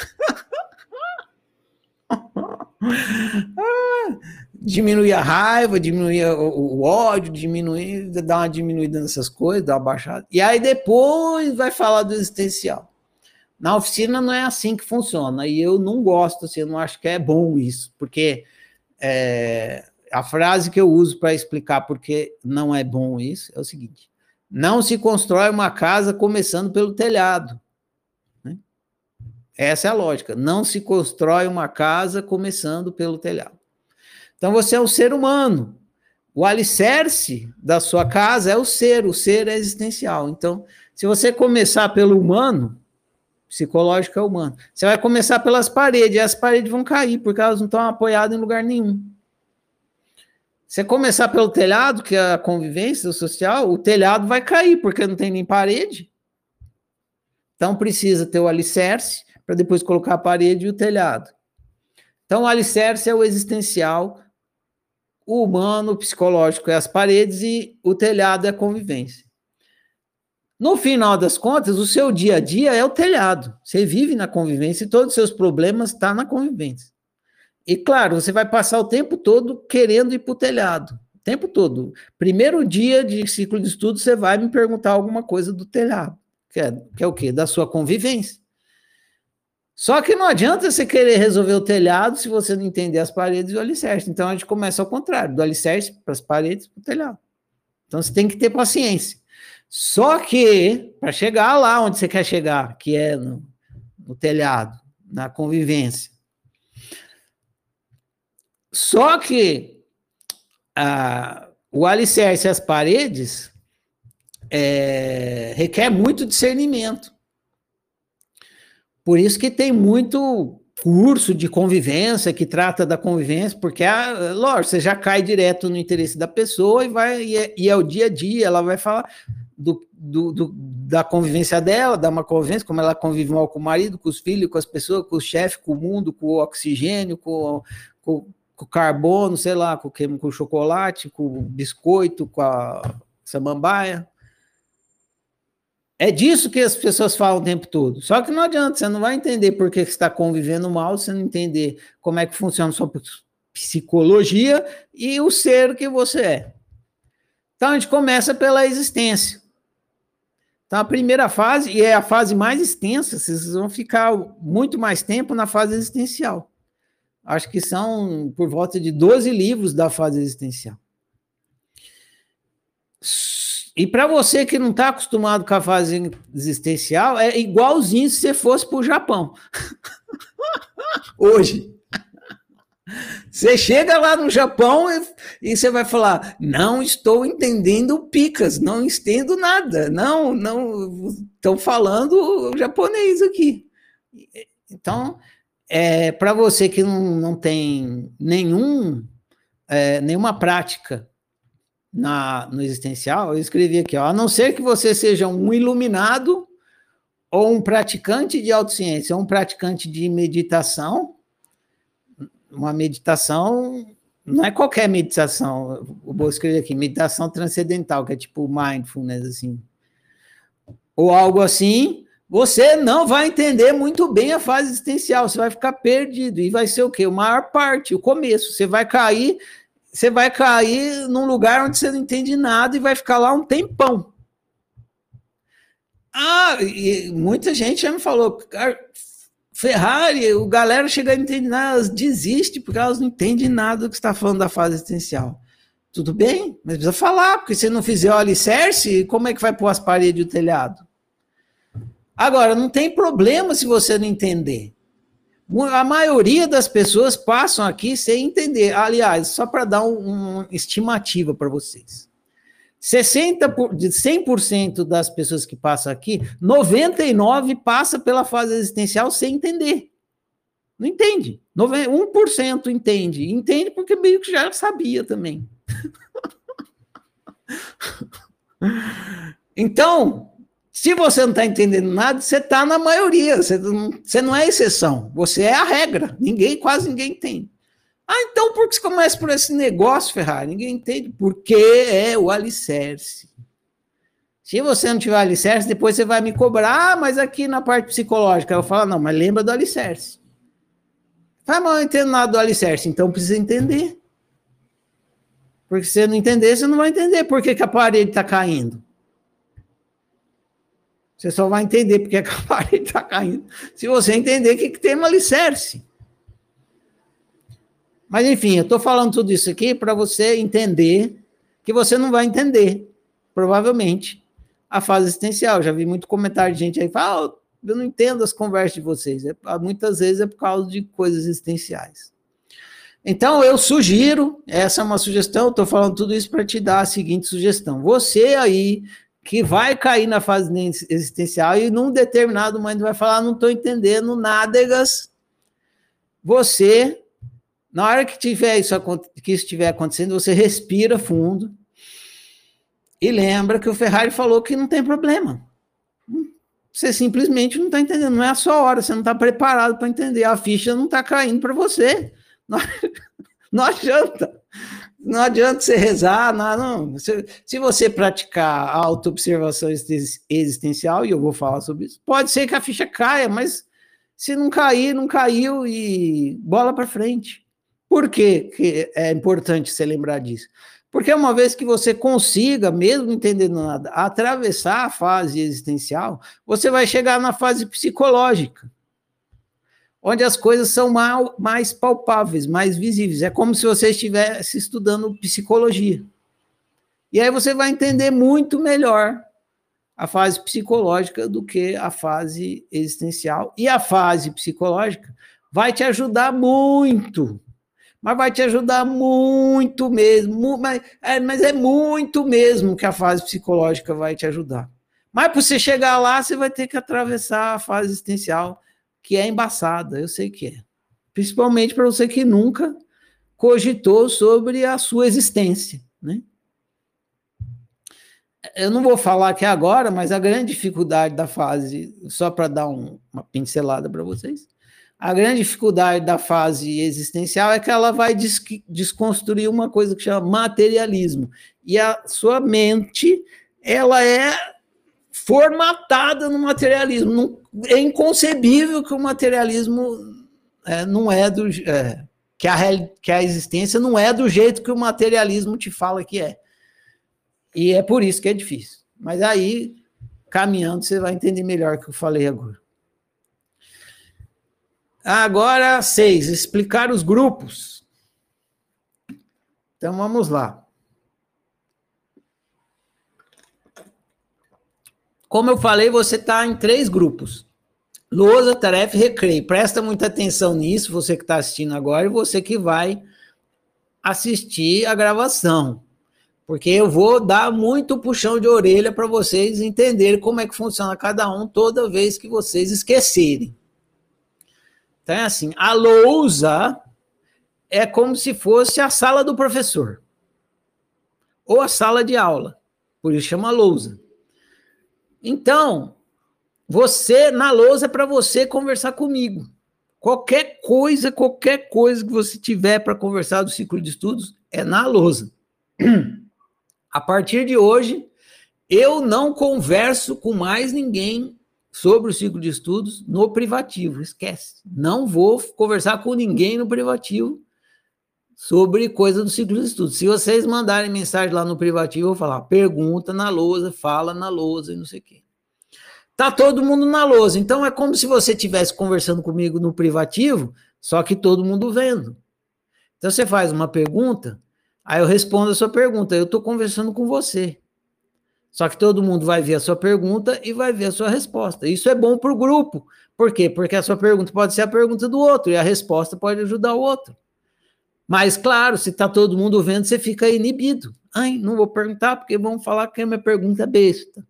Diminuir a raiva, diminuir o ódio, diminuir, dar uma diminuída nessas coisas, dar uma baixada. E aí depois vai falar do existencial. Na oficina não é assim que funciona, e eu não gosto, assim, eu não acho que é bom isso, porque a frase que eu uso para explicar porque não é bom isso é o seguinte: não se constrói uma casa começando pelo telhado. Né? Essa é a lógica. Não se constrói uma casa começando pelo telhado. Então você é um ser humano. O alicerce da sua casa é o ser é existencial. Então, se você começar pelo humano, psicológico é humano, você vai começar pelas paredes, e as paredes vão cair, porque elas não estão apoiadas em lugar nenhum. Você começar pelo telhado, que é a convivência social, o telhado vai cair, porque não tem nem parede. Então precisa ter o alicerce, para depois colocar a parede e o telhado. Então o alicerce é o existencial, o humano, o psicológico é as paredes e o telhado é a convivência. No final das contas, o seu dia a dia é o telhado. Você vive na convivência e todos os seus problemas estão na convivência. E claro, você vai passar o tempo todo querendo ir para o telhado. O tempo todo. Primeiro dia de ciclo de estudo, você vai me perguntar alguma coisa do telhado. Que é o quê? Da sua convivência. Só que não adianta você querer resolver o telhado se você não entender as paredes e o alicerce. Então a gente começa ao contrário, do alicerce para as paredes para o telhado. Então você tem que ter paciência. Só que, para chegar lá onde você quer chegar, que é no telhado, na convivência, só que o alicerce e as paredes requer muito discernimento. Por isso que tem muito curso de convivência que trata da convivência, porque, lógico, você já cai direto no interesse da pessoa e é o dia a dia, ela vai falar da convivência dela, da uma convivência, como ela convive mal com o marido, com os filhos, com as pessoas, com o chefe, com o mundo, com o oxigênio, com o carbono, sei lá, com o chocolate, com o biscoito, com a samambaia. É disso que as pessoas falam o tempo todo. Só que não adianta, você não vai entender por que você está convivendo mal, você não entender como é que funciona a sua psicologia e o ser que você é. Então, a gente começa pela existência. Então, a primeira fase, e é a fase mais extensa, vocês vão ficar muito mais tempo na fase existencial. Acho que são por volta de 12 livros da fase existencial. E para você que não está acostumado com a fase existencial, é igualzinho se você fosse para o Japão. Hoje. Você chega lá no Japão e você vai falar: não estou entendendo picas, não entendo nada, não estão falando japonês aqui. Então, para você que não tem nenhuma prática no existencial, eu escrevi aqui, a não ser que você seja um iluminado ou um praticante de autociência, ou um praticante de meditação. Uma meditação não é qualquer meditação, eu vou escrever aqui, meditação transcendental, que é tipo mindfulness, assim, ou algo assim, você não vai entender muito bem a fase existencial, você vai ficar perdido, e vai ser o quê? A maior parte, o começo, você vai cair num lugar onde você não entende nada e vai ficar lá um tempão. E muita gente já me falou, Ferrari, o galera chega a entender nada, elas desistem porque elas não entendem nada do que está falando da fase existencial. Tudo bem, mas precisa falar, porque se não fizer o alicerce, como é que vai pôr as paredes e o telhado? Agora, não tem problema se você não entender. A maioria das pessoas passam aqui sem entender. Aliás, só para dar uma estimativa para vocês. De 100% das pessoas que passam aqui, 99% passa pela fase existencial sem entender. Não entende. 1% entende. Entende porque meio que já sabia também. Então, se você não está entendendo nada, você está na maioria, você não é exceção, você é a regra, quase ninguém entende. Ah, então por que você começa por esse negócio, Ferrari? Ninguém entende, porque é o alicerce. Se você não tiver alicerce, depois você vai me cobrar, mas aqui na parte psicológica, eu falo, não, mas lembra do alicerce. Mas eu não entendo nada do alicerce, então precisa entender. Porque se você não entender, você não vai entender por que a parede está caindo. Você só vai entender porque a parede está caindo se você entender que tem um alicerce. Mas, enfim, eu estou falando tudo isso aqui para você entender que você não vai entender, provavelmente, a fase existencial. Já vi muito comentário de gente aí que fala, eu não entendo as conversas de vocês. Muitas vezes é por causa de coisas existenciais. Então, eu sugiro, essa é uma sugestão, estou falando tudo isso para te dar a seguinte sugestão. Você aí, que vai cair na fase existencial e num determinado momento vai falar, não estou entendendo nádegas, você, na hora que isso estiver acontecendo, você respira fundo e lembra que o Ferrari falou que não tem problema. Você simplesmente não está entendendo, não é a sua hora, você não está preparado para entender, a ficha não está caindo para você. Não adianta. Não adianta você rezar, não. Se você praticar a autoobservação existencial, e eu vou falar sobre isso, pode ser que a ficha caia, mas se não cair, não caiu e bola para frente. Por que é importante você lembrar disso? Porque uma vez que você consiga, mesmo entendendo nada, atravessar a fase existencial, você vai chegar na fase psicológica, onde as coisas são mais palpáveis, mais visíveis. É como se você estivesse estudando psicologia. E aí você vai entender muito melhor a fase psicológica do que a fase existencial. E a fase psicológica vai te ajudar muito, mas vai te ajudar muito mesmo, mas é muito mesmo que a fase psicológica vai te ajudar. Mas para você chegar lá, você vai ter que atravessar a fase existencial, que é embaçada, eu sei que é. Principalmente para você que nunca cogitou sobre a sua existência, né? Eu não vou falar aqui agora, mas a grande dificuldade da fase, só para dar uma pincelada para vocês, a grande dificuldade da fase existencial é que ela vai desconstruir uma coisa que chama materialismo. E a sua mente, ela é formatada no materialismo. É inconcebível que o materialismo não é do... que a existência não é do jeito que o materialismo te fala que é. E é por isso que é difícil. Mas aí, caminhando, você vai entender melhor o que eu falei agora. Agora, 6, explicar os grupos. Então, vamos lá. Como eu falei, você está em 3 grupos. Lousa, tarefa e recreio. Presta muita atenção nisso, você que está assistindo agora e você que vai assistir a gravação. Porque eu vou dar muito puxão de orelha para vocês entenderem como é que funciona cada um toda vez que vocês esquecerem. Então é assim, a lousa é como se fosse a sala do professor. Ou a sala de aula. Por isso chama lousa. Então, na lousa é para você conversar comigo. Qualquer coisa que você tiver para conversar do ciclo de estudos é na lousa. A partir de hoje, eu não converso com mais ninguém sobre o ciclo de estudos no privativo, esquece. Não vou conversar com ninguém no privativo sobre coisa do ciclo de estudos. Se vocês mandarem mensagem lá no privativo, eu vou falar, pergunta na lousa, fala na lousa e não sei o quê. Tá todo mundo na lousa, então é como se você estivesse conversando comigo no privativo, só que todo mundo vendo. Então você faz uma pergunta, aí eu respondo a sua pergunta, eu estou conversando com você. Só que todo mundo vai ver a sua pergunta e vai ver a sua resposta. Isso é bom para o grupo. Por quê? Porque a sua pergunta pode ser a pergunta do outro e a resposta pode ajudar o outro. Mas, claro, se está todo mundo vendo, você fica inibido. Ai, não vou perguntar porque vão falar que a minha pergunta é besta.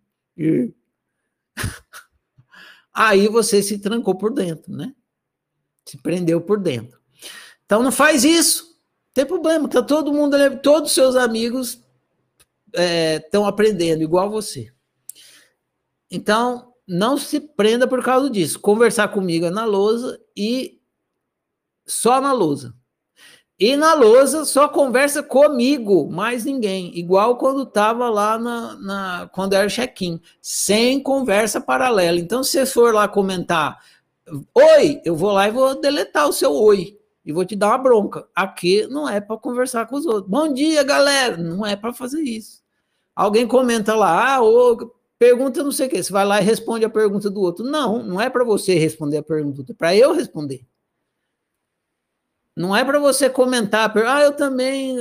Aí você se trancou por dentro, né? Se prendeu por dentro. Então não faz isso. Não tem problema, tá todo mundo ali, todos os seus amigos estão aprendendo igual você. Então, não se prenda por causa disso. Conversar comigo é na lousa e só na lousa. E na lousa só conversa comigo, mais ninguém. Igual quando estava lá quando era check-in, sem conversa paralela. Então, se você for lá comentar, oi, eu vou lá e vou deletar o seu oi. E vou te dar uma bronca. Aqui não é para conversar com os outros. Bom dia, galera. Não é para fazer isso. Alguém comenta lá, pergunta não sei o quê. Você vai lá e responde a pergunta do outro. Não, não é para você responder a pergunta, é para eu responder. Não é para você comentar, eu também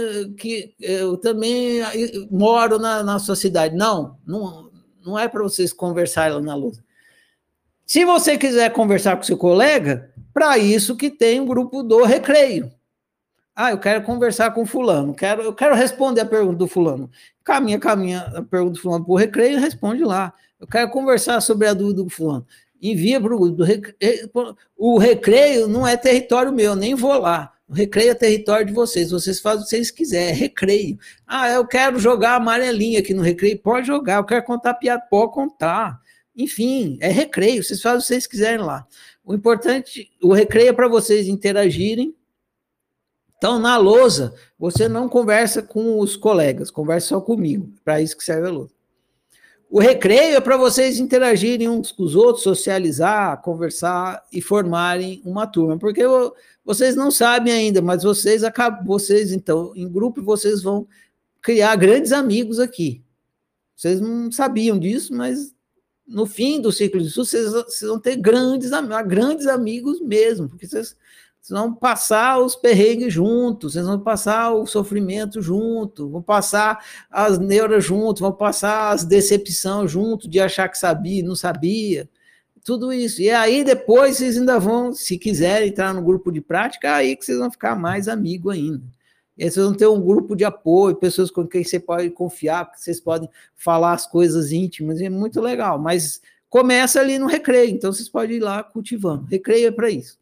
moro na sua cidade. Não é para vocês conversarem na lousa. Se você quiser conversar com seu colega, para isso que tem um grupo do recreio. Eu quero conversar com fulano, eu quero responder a pergunta do fulano. Caminha a pergunta do fulano para o recreio e responde lá. Eu quero conversar sobre a dúvida do fulano. Envia para o grupo do recreio. O recreio não é território meu, nem vou lá. O recreio é território de vocês. Vocês fazem o que vocês quiserem, é recreio. Eu quero jogar amarelinha aqui no recreio. Pode jogar. Eu quero contar piada, pode contar. Enfim, é recreio. Vocês fazem o que vocês quiserem lá. O importante, o recreio é para vocês interagirem. Então, na lousa, você não conversa com os colegas, conversa só comigo. Para isso que serve a lousa. O recreio é para vocês interagirem uns com os outros, socializar, conversar e formarem uma turma. Porque vocês não sabem ainda, mas vocês, então, em grupo, vocês vão criar grandes amigos aqui. Vocês não sabiam disso, mas no fim do ciclo de estudo, vocês vão ter grandes amigos mesmo, porque vocês vão passar os perrengues juntos, vocês vão passar o sofrimento junto, vão passar as neuras juntos, vão passar as decepções junto, de achar que sabia e não sabia, tudo isso. E aí depois vocês ainda vão, se quiserem entrar no grupo de prática, aí que vocês vão ficar mais amigos ainda. E aí vocês vão ter um grupo de apoio, pessoas com quem você pode confiar, porque vocês podem falar as coisas íntimas, é muito legal. Mas começa ali no recreio, então vocês podem ir lá cultivando. Recreio é para isso.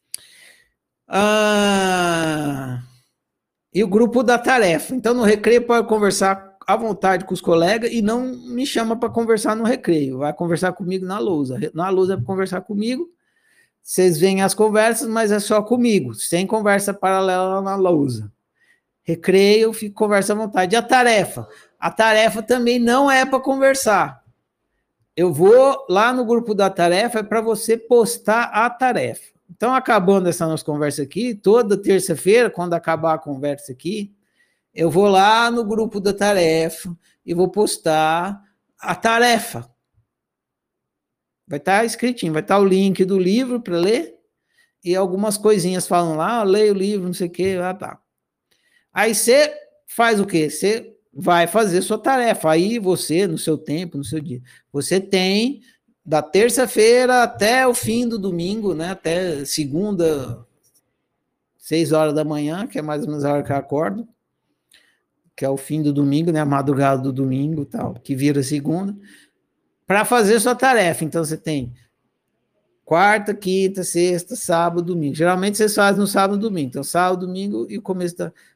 E o grupo da tarefa. Então, no recreio, pode conversar à vontade com os colegas e não me chama para conversar no recreio. Vai conversar comigo na lousa. Na lousa é para conversar comigo. Vocês veem as conversas, mas é só comigo, sem conversa paralela na lousa. Recreio, fico conversa à vontade. E a tarefa? A tarefa também não é para conversar. Eu vou lá no grupo da tarefa, é para você postar a tarefa. Então, acabando essa nossa conversa aqui, toda terça-feira, quando acabar a conversa aqui, eu vou lá no grupo da tarefa e vou postar a tarefa. Vai estar escritinho, vai estar o link do livro para ler e algumas coisinhas falam lá, leia o livro, não sei o quê, tá. Aí você faz o quê? Você vai fazer sua tarefa. Aí você, no seu tempo, no seu dia, você tem da terça-feira até o fim do domingo, né? Até segunda, 6 horas da manhã, que é mais ou menos a hora que eu acordo, que é o fim do domingo, né? A madrugada do domingo, tal, que vira segunda, para fazer sua tarefa. Então você tem quarta, quinta, sexta, sábado, domingo. Geralmente vocês fazem no sábado e domingo. Então, sábado, domingo e o começo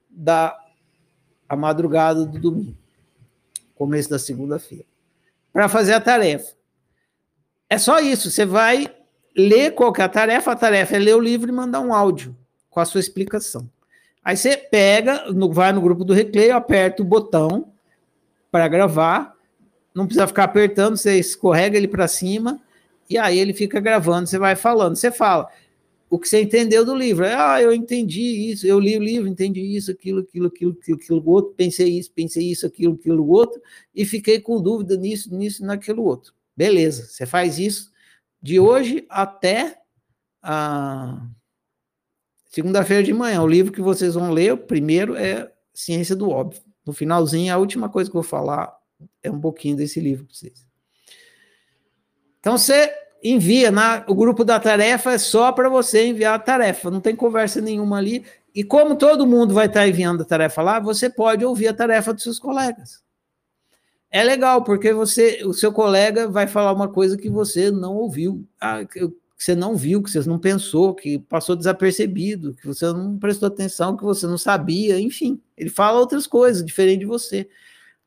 a madrugada do domingo. Começo da segunda-feira. Para fazer a tarefa. É só isso. Você vai ler qual que é a tarefa é ler o livro e mandar um áudio com a sua explicação. Aí você pega, vai no grupo do recreio, aperta o botão para gravar. Não precisa ficar apertando, você escorrega ele para cima e aí ele fica gravando, você vai falando. Você fala o que você entendeu do livro. Eu entendi isso, eu li o livro, entendi isso, aquilo, outro, pensei isso, aquilo, outro, e fiquei com dúvida nisso, naquilo outro. Beleza, você faz isso de hoje até a segunda-feira de manhã. O livro que vocês vão ler, o primeiro é Ciência do Óbvio. No finalzinho, a última coisa que eu vou falar é um pouquinho desse livro para vocês. Então, você envia, o grupo da tarefa é só para você enviar a tarefa, não tem conversa nenhuma ali. E como todo mundo vai estar enviando a tarefa lá, você pode ouvir a tarefa dos seus colegas. É legal, porque o seu colega vai falar uma coisa que você não ouviu, que você não viu, que você não pensou, que passou desapercebido, que você não prestou atenção, que você não sabia, enfim. Ele fala outras coisas, diferente de você.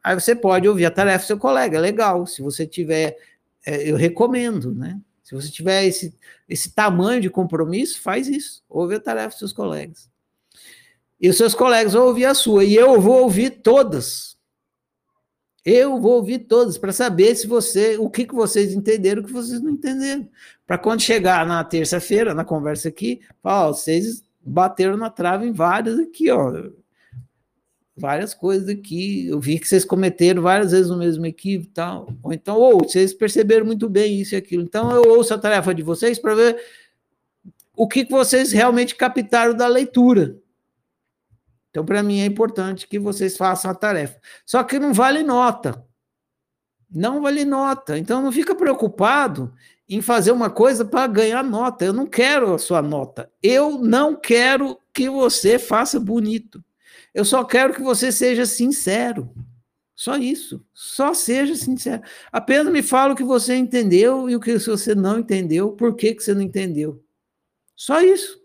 Aí você pode ouvir a tarefa do seu colega, é legal. Se você tiver, eu recomendo, né? Se você tiver esse tamanho de compromisso, faz isso. Ouve a tarefa dos seus colegas. E os seus colegas vão ouvir a sua. E eu vou ouvir todas. Eu vou ouvir todas para saber se o que vocês entenderam, o que vocês não entenderam. Para quando chegar na terça-feira, na conversa aqui, falar, vocês bateram na trave em várias aqui, ó. Várias coisas aqui. Eu vi que vocês cometeram várias vezes o mesmo equívoco e tal. Ou então, vocês perceberam muito bem isso e aquilo. Então, eu ouço a tarefa de vocês para ver o que vocês realmente captaram da leitura. Então, para mim, é importante que vocês façam a tarefa. Só que não vale nota. Não vale nota. Então, não fica preocupado em fazer uma coisa para ganhar nota. Eu não quero a sua nota. Eu não quero que você faça bonito. Eu só quero que você seja sincero. Só isso. Só seja sincero. Apenas me fala o que você entendeu e o que você não entendeu, por que você não entendeu. Só isso.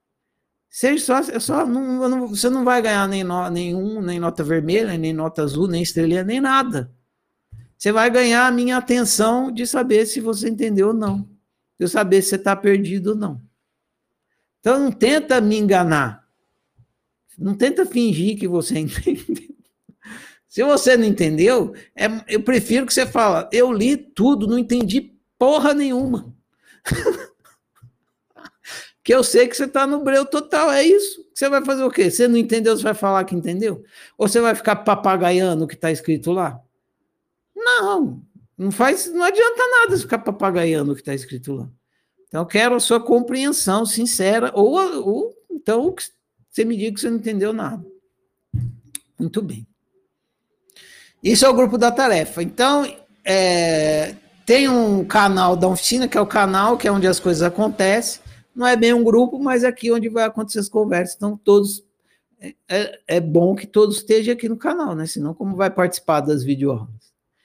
Você não vai ganhar nem nota vermelha, nem nota azul, nem estrelinha, nem nada. Você vai ganhar a minha atenção de saber se você entendeu ou não. De eu saber se você está perdido ou não. Então, não tenta me enganar. Não tenta fingir que você entendeu. Se você não entendeu, eu prefiro que você fale, eu li tudo, não entendi porra nenhuma. Que eu sei que você está no breu total, é isso. Você vai fazer o quê? Você não entendeu, você vai falar que entendeu? Ou você vai ficar papagaiando o que está escrito lá? Não, não adianta nada ficar papagaiando o que está escrito lá. Então, eu quero a sua compreensão sincera, ou então você me diga que você não entendeu nada. Muito bem. Isso é o grupo da tarefa. Então, tem um canal da oficina, que é o canal, que é onde as coisas acontecem. Não é bem um grupo, mas é aqui onde vai acontecer as conversas. Então, todos. É bom que todos estejam aqui no canal, né? Senão, como vai participar das videoaulas?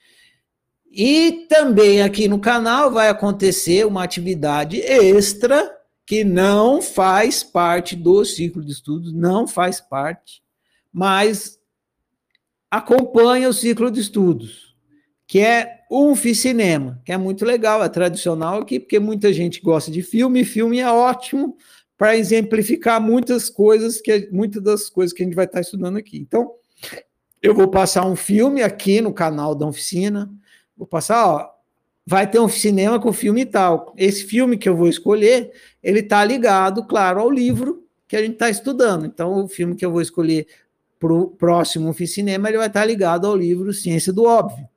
E também aqui no canal vai acontecer uma atividade extra que não faz parte do ciclo de estudos, não faz parte, mas acompanha o ciclo de estudos, que é um Cinema, que é muito legal, é tradicional aqui, porque muita gente gosta de filme, e filme é ótimo para exemplificar muitas das coisas que a gente vai estar estudando aqui. Então, eu vou passar um filme aqui no canal da oficina, vou passar, vai ter um Cinema com filme e tal. Esse filme que eu vou escolher, ele está ligado, claro, ao livro que a gente está estudando. Então, o filme que eu vou escolher para o próximo Cinema, ele vai estar ligado ao livro Ciência do Óbvio.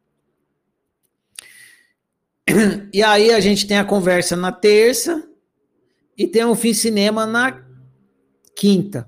E aí a gente tem a conversa na terça e tem um Cinema na quinta.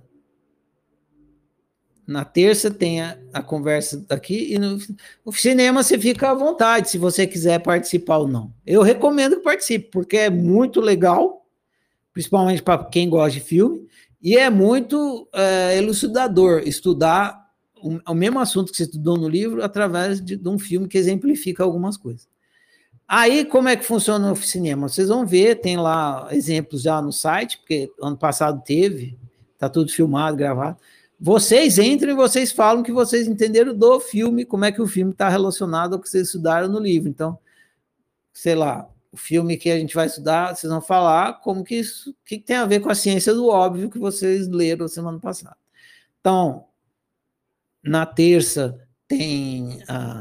Na terça tem a conversa aqui e no cinema você fica à vontade se você quiser participar ou não. Eu recomendo que participe, porque é muito legal, principalmente para quem gosta de filme, e é muito elucidador estudar o mesmo assunto que você estudou no livro através de um filme que exemplifica algumas coisas. Aí, como é que funciona o cinema? Vocês vão ver, tem lá exemplos já no site, porque ano passado teve, está tudo filmado, gravado. Vocês entram e vocês falam que vocês entenderam do filme, como é que o filme está relacionado ao que vocês estudaram no livro. Então, sei lá, o filme que a gente vai estudar, vocês vão falar como que isso, o que tem a ver com a ciência do óbvio que vocês leram semana passada. Então, na terça tem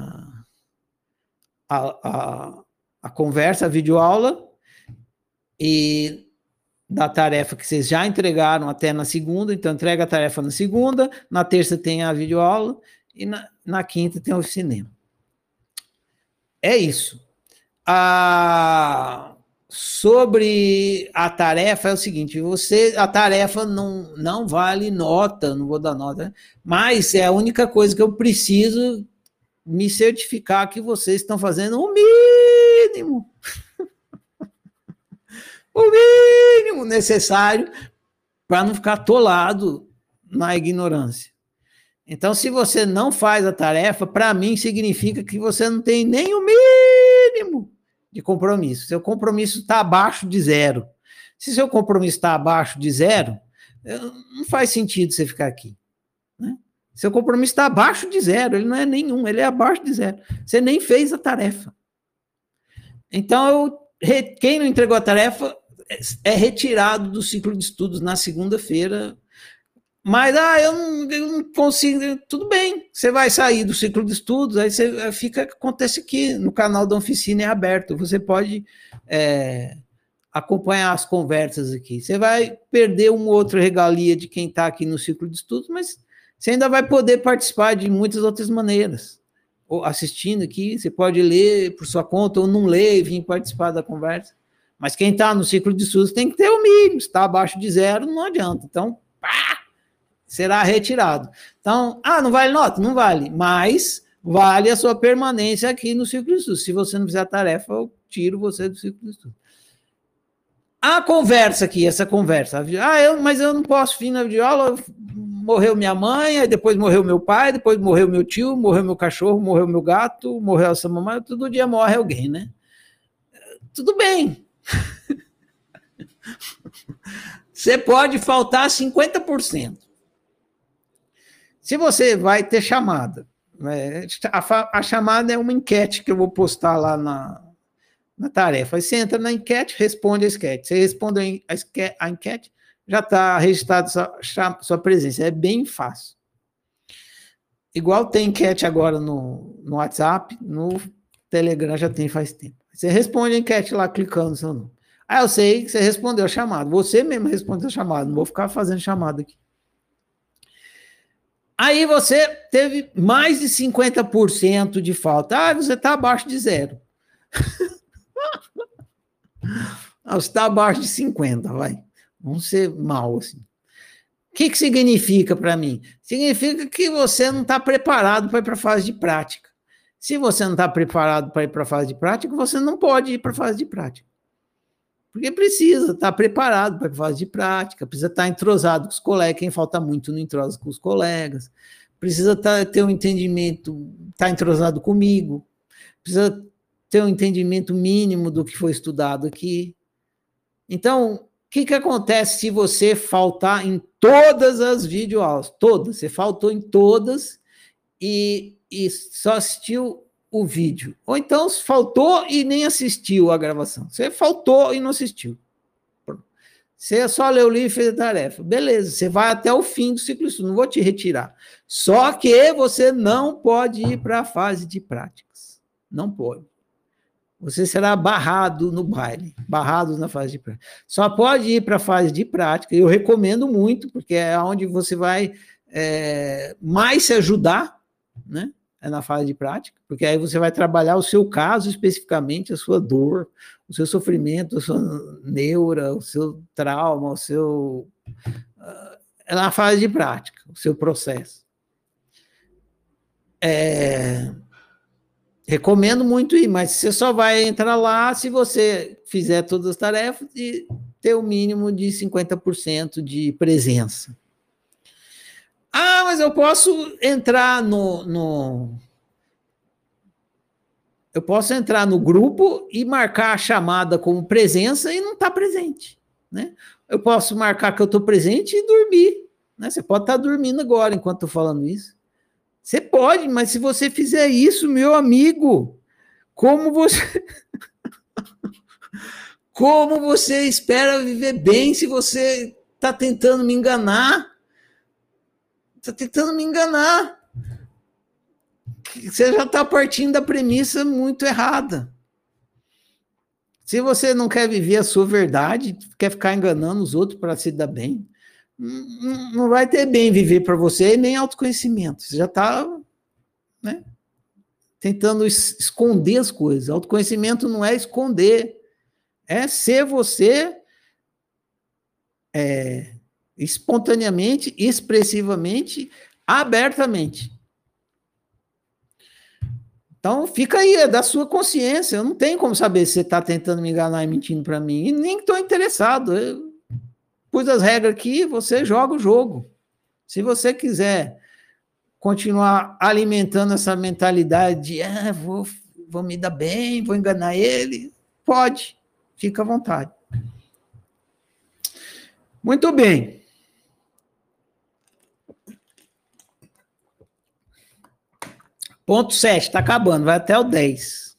a conversa, a videoaula, e da tarefa que vocês já entregaram até na segunda, então entrega a tarefa na segunda, na terça tem a videoaula, e na quinta tem o cinema. É isso. Sobre a tarefa é o seguinte, a tarefa não vale nota, não vou dar nota, né? Mas é a única coisa que eu preciso me certificar que vocês estão fazendo o mínimo. O mínimo necessário para não ficar atolado na ignorância. Então, se você não faz a tarefa, para mim significa que você não tem nem o mínimo de compromisso. Seu compromisso está abaixo de zero. Se seu compromisso está abaixo de zero, não faz sentido você ficar aqui, né? Seu compromisso está abaixo de zero, ele não é nenhum, ele é abaixo de zero. Você nem fez a tarefa. Então, quem não entregou a tarefa é retirado do ciclo de estudos na segunda-feira. Mas, eu não consigo. Tudo bem, você vai sair do ciclo de estudos, aí você fica. Acontece aqui no canal da oficina é aberto, você pode acompanhar as conversas aqui. Você vai perder uma outra regalia de quem está aqui no ciclo de estudos, mas você ainda vai poder participar de muitas outras maneiras. Ou assistindo aqui, você pode ler por sua conta, ou não ler e vir participar da conversa. Mas quem está no ciclo de estudos tem que ter o mínimo. Se está abaixo de zero, não adianta. Então, será retirado. Então, não vale nota? Não vale. Mas vale a sua permanência aqui no ciclo de estudos. Se você não fizer a tarefa, eu tiro você do ciclo de estudos. A conversa aqui, essa conversa. Mas eu não posso vir na videoaula, morreu minha mãe, aí depois morreu meu pai, depois morreu meu tio, morreu meu cachorro, morreu meu gato, morreu essa mamãe, todo dia morre alguém, né? Tudo bem. Você pode faltar 50%. Se você vai ter chamada, né? A chamada é uma enquete que eu vou postar lá na tarefa. Aí você entra na enquete, responde a enquete. Você responde a enquete, já está registrado sua presença. É bem fácil. Igual tem enquete agora no WhatsApp, no Telegram já tem faz tempo. Você responde a enquete lá, clicando no seu nome. Eu sei que você respondeu a chamada. Você mesmo respondeu a chamada. Não vou ficar fazendo chamada aqui. Aí você teve mais de 50% de falta. Você está abaixo de zero. Você está abaixo de 50, vai. Vamos ser mal assim. O que significa para mim? Significa que você não está preparado para ir para a fase de prática. Se você não está preparado para ir para a fase de prática, você não pode ir para a fase de prática. Porque precisa estar preparado para a fase de prática, precisa estar entrosado com os colegas. Quem falta muito não entrosa com os colegas. Precisa ter um entendimento, estar entrosado comigo. Precisa ter um entendimento mínimo do que foi estudado aqui. Então, o que acontece se você faltar em todas as videoaulas? Todas. Você faltou em todas e só assistiu o vídeo. Ou então faltou e nem assistiu a gravação. Você faltou e não assistiu. Você só leu o livro e fez a tarefa. Beleza, você vai até o fim do ciclo de estudo. Não vou te retirar. Só que você não pode ir para a fase de práticas. Não pode. Você será barrado no baile, barrado na fase de prática. Só pode ir para a fase de prática, eu recomendo muito, porque é onde você vai mais se ajudar, né? É na fase de prática, porque aí você vai trabalhar o seu caso especificamente, a sua dor, o seu sofrimento, a sua neura, o seu trauma, é na fase de prática, o seu processo. Recomendo muito ir, mas você só vai entrar lá se você fizer todas as tarefas e ter o mínimo de 50% de presença. Mas eu posso entrar eu posso entrar no grupo e marcar a chamada como presença e não estar presente, né? Eu posso marcar que eu estou presente e dormir, né? Você pode estar dormindo agora enquanto estou falando isso. Você pode, mas se você fizer isso, meu amigo, como você espera viver bem se você está tentando me enganar? Está tentando me enganar. Você já está partindo da premissa muito errada. Se você não quer viver a sua verdade, quer ficar enganando os outros para se dar bem, não vai ter bem viver para você e nem autoconhecimento. Você já está, né, tentando esconder as coisas. Autoconhecimento não é esconder, é ser você espontaneamente, expressivamente, abertamente. Então, fica aí, é da sua consciência. Eu não tenho como saber se você está tentando me enganar e mentindo para mim. E nem estou interessado. Eu pus as regras aqui, você joga o jogo. Se você quiser continuar alimentando essa mentalidade de vou me dar bem, vou enganar ele, pode. Fica à vontade. Muito bem. Ponto 7, está acabando, vai até o 10.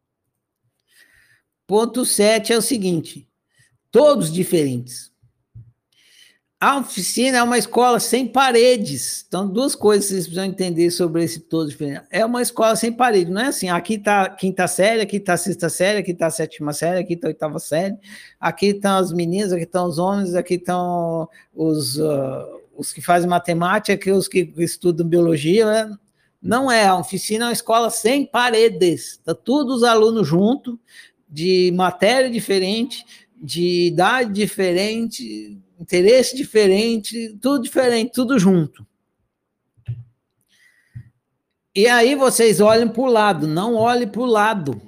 Ponto 7 é o seguinte, todos diferentes. A oficina é uma escola sem paredes. Então, duas coisas vocês precisam entender sobre esse todo diferente. É uma escola sem paredes, não é assim, aqui está a quinta série, aqui está a sexta série, aqui está a sétima série, aqui está a oitava série, aqui estão as meninas, aqui estão os homens, aqui estão os que fazem matemática, aqui os que estudam biologia, né? Não é, a oficina é uma escola sem paredes. Está todos os alunos juntos, de matéria diferente, de idade diferente, interesse diferente, tudo junto. E aí vocês olhem para o lado, não olhem para o lado.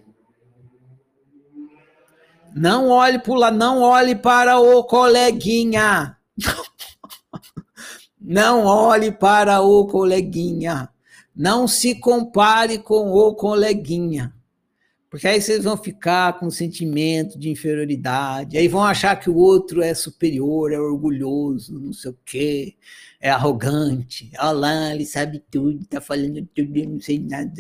Não olhe para o lado, não olhe para o coleguinha. Não olhe para o coleguinha. Não se compare com o coleguinha. Porque aí vocês vão ficar com um sentimento de inferioridade, aí vão achar que o outro é superior, é orgulhoso, não sei o quê, é arrogante. Olha lá, ele sabe tudo, tá falando tudo, eu não sei nada.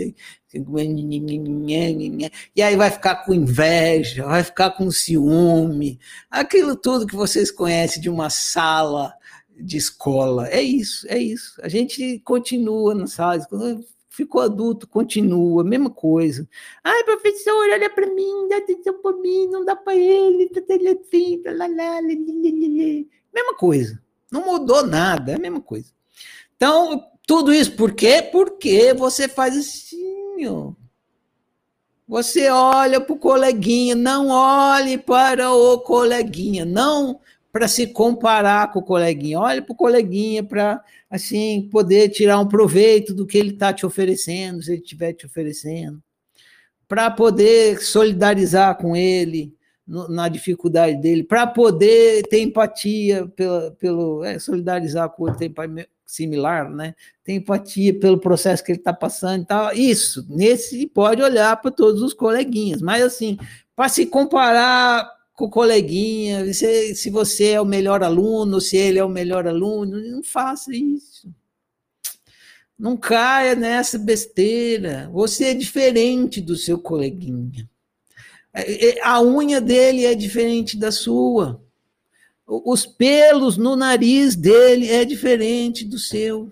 E aí vai ficar com inveja, vai ficar com ciúme, aquilo tudo que vocês conhecem de uma sala de escola. É isso. A gente continua na sala de escola. Ficou adulto, continua, mesma coisa. Ai, professor, olha para mim, dá atenção para mim, não dá para ele, tá assim, mesma coisa. Não mudou nada, é a mesma coisa. Então, tudo isso por quê? Porque você faz assim, ó. Você olha para o coleguinha, não olhe para o coleguinha, não para se comparar com o coleguinha, olhe para o coleguinha para assim, poder tirar um proveito do que ele está te oferecendo, se ele estiver te oferecendo, para poder solidarizar com ele na dificuldade dele, para poder ter empatia, solidarizar com o outro, similar, né? Ter empatia pelo processo que ele está passando e tal. Isso, nesse pode olhar para todos os coleguinhas, mas assim, para se comparar com o coleguinha, se você é o melhor aluno, se ele é o melhor aluno, não faça isso. Não caia nessa besteira. Você é diferente do seu coleguinha. A unha dele é diferente da sua. Os pelos no nariz dele é diferente do seu.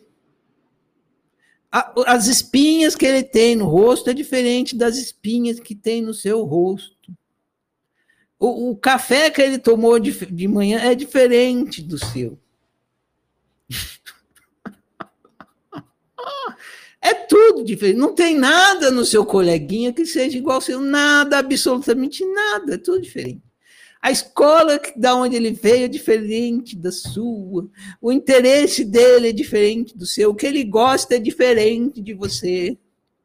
As espinhas que ele tem no rosto é diferente das espinhas que tem no seu rosto. O café que ele tomou de manhã é diferente do seu. É tudo diferente. Não tem nada no seu coleguinha que seja igual ao seu. Nada, absolutamente nada. É tudo diferente. A escola da onde ele veio é diferente da sua. O interesse dele é diferente do seu. O que ele gosta é diferente de você.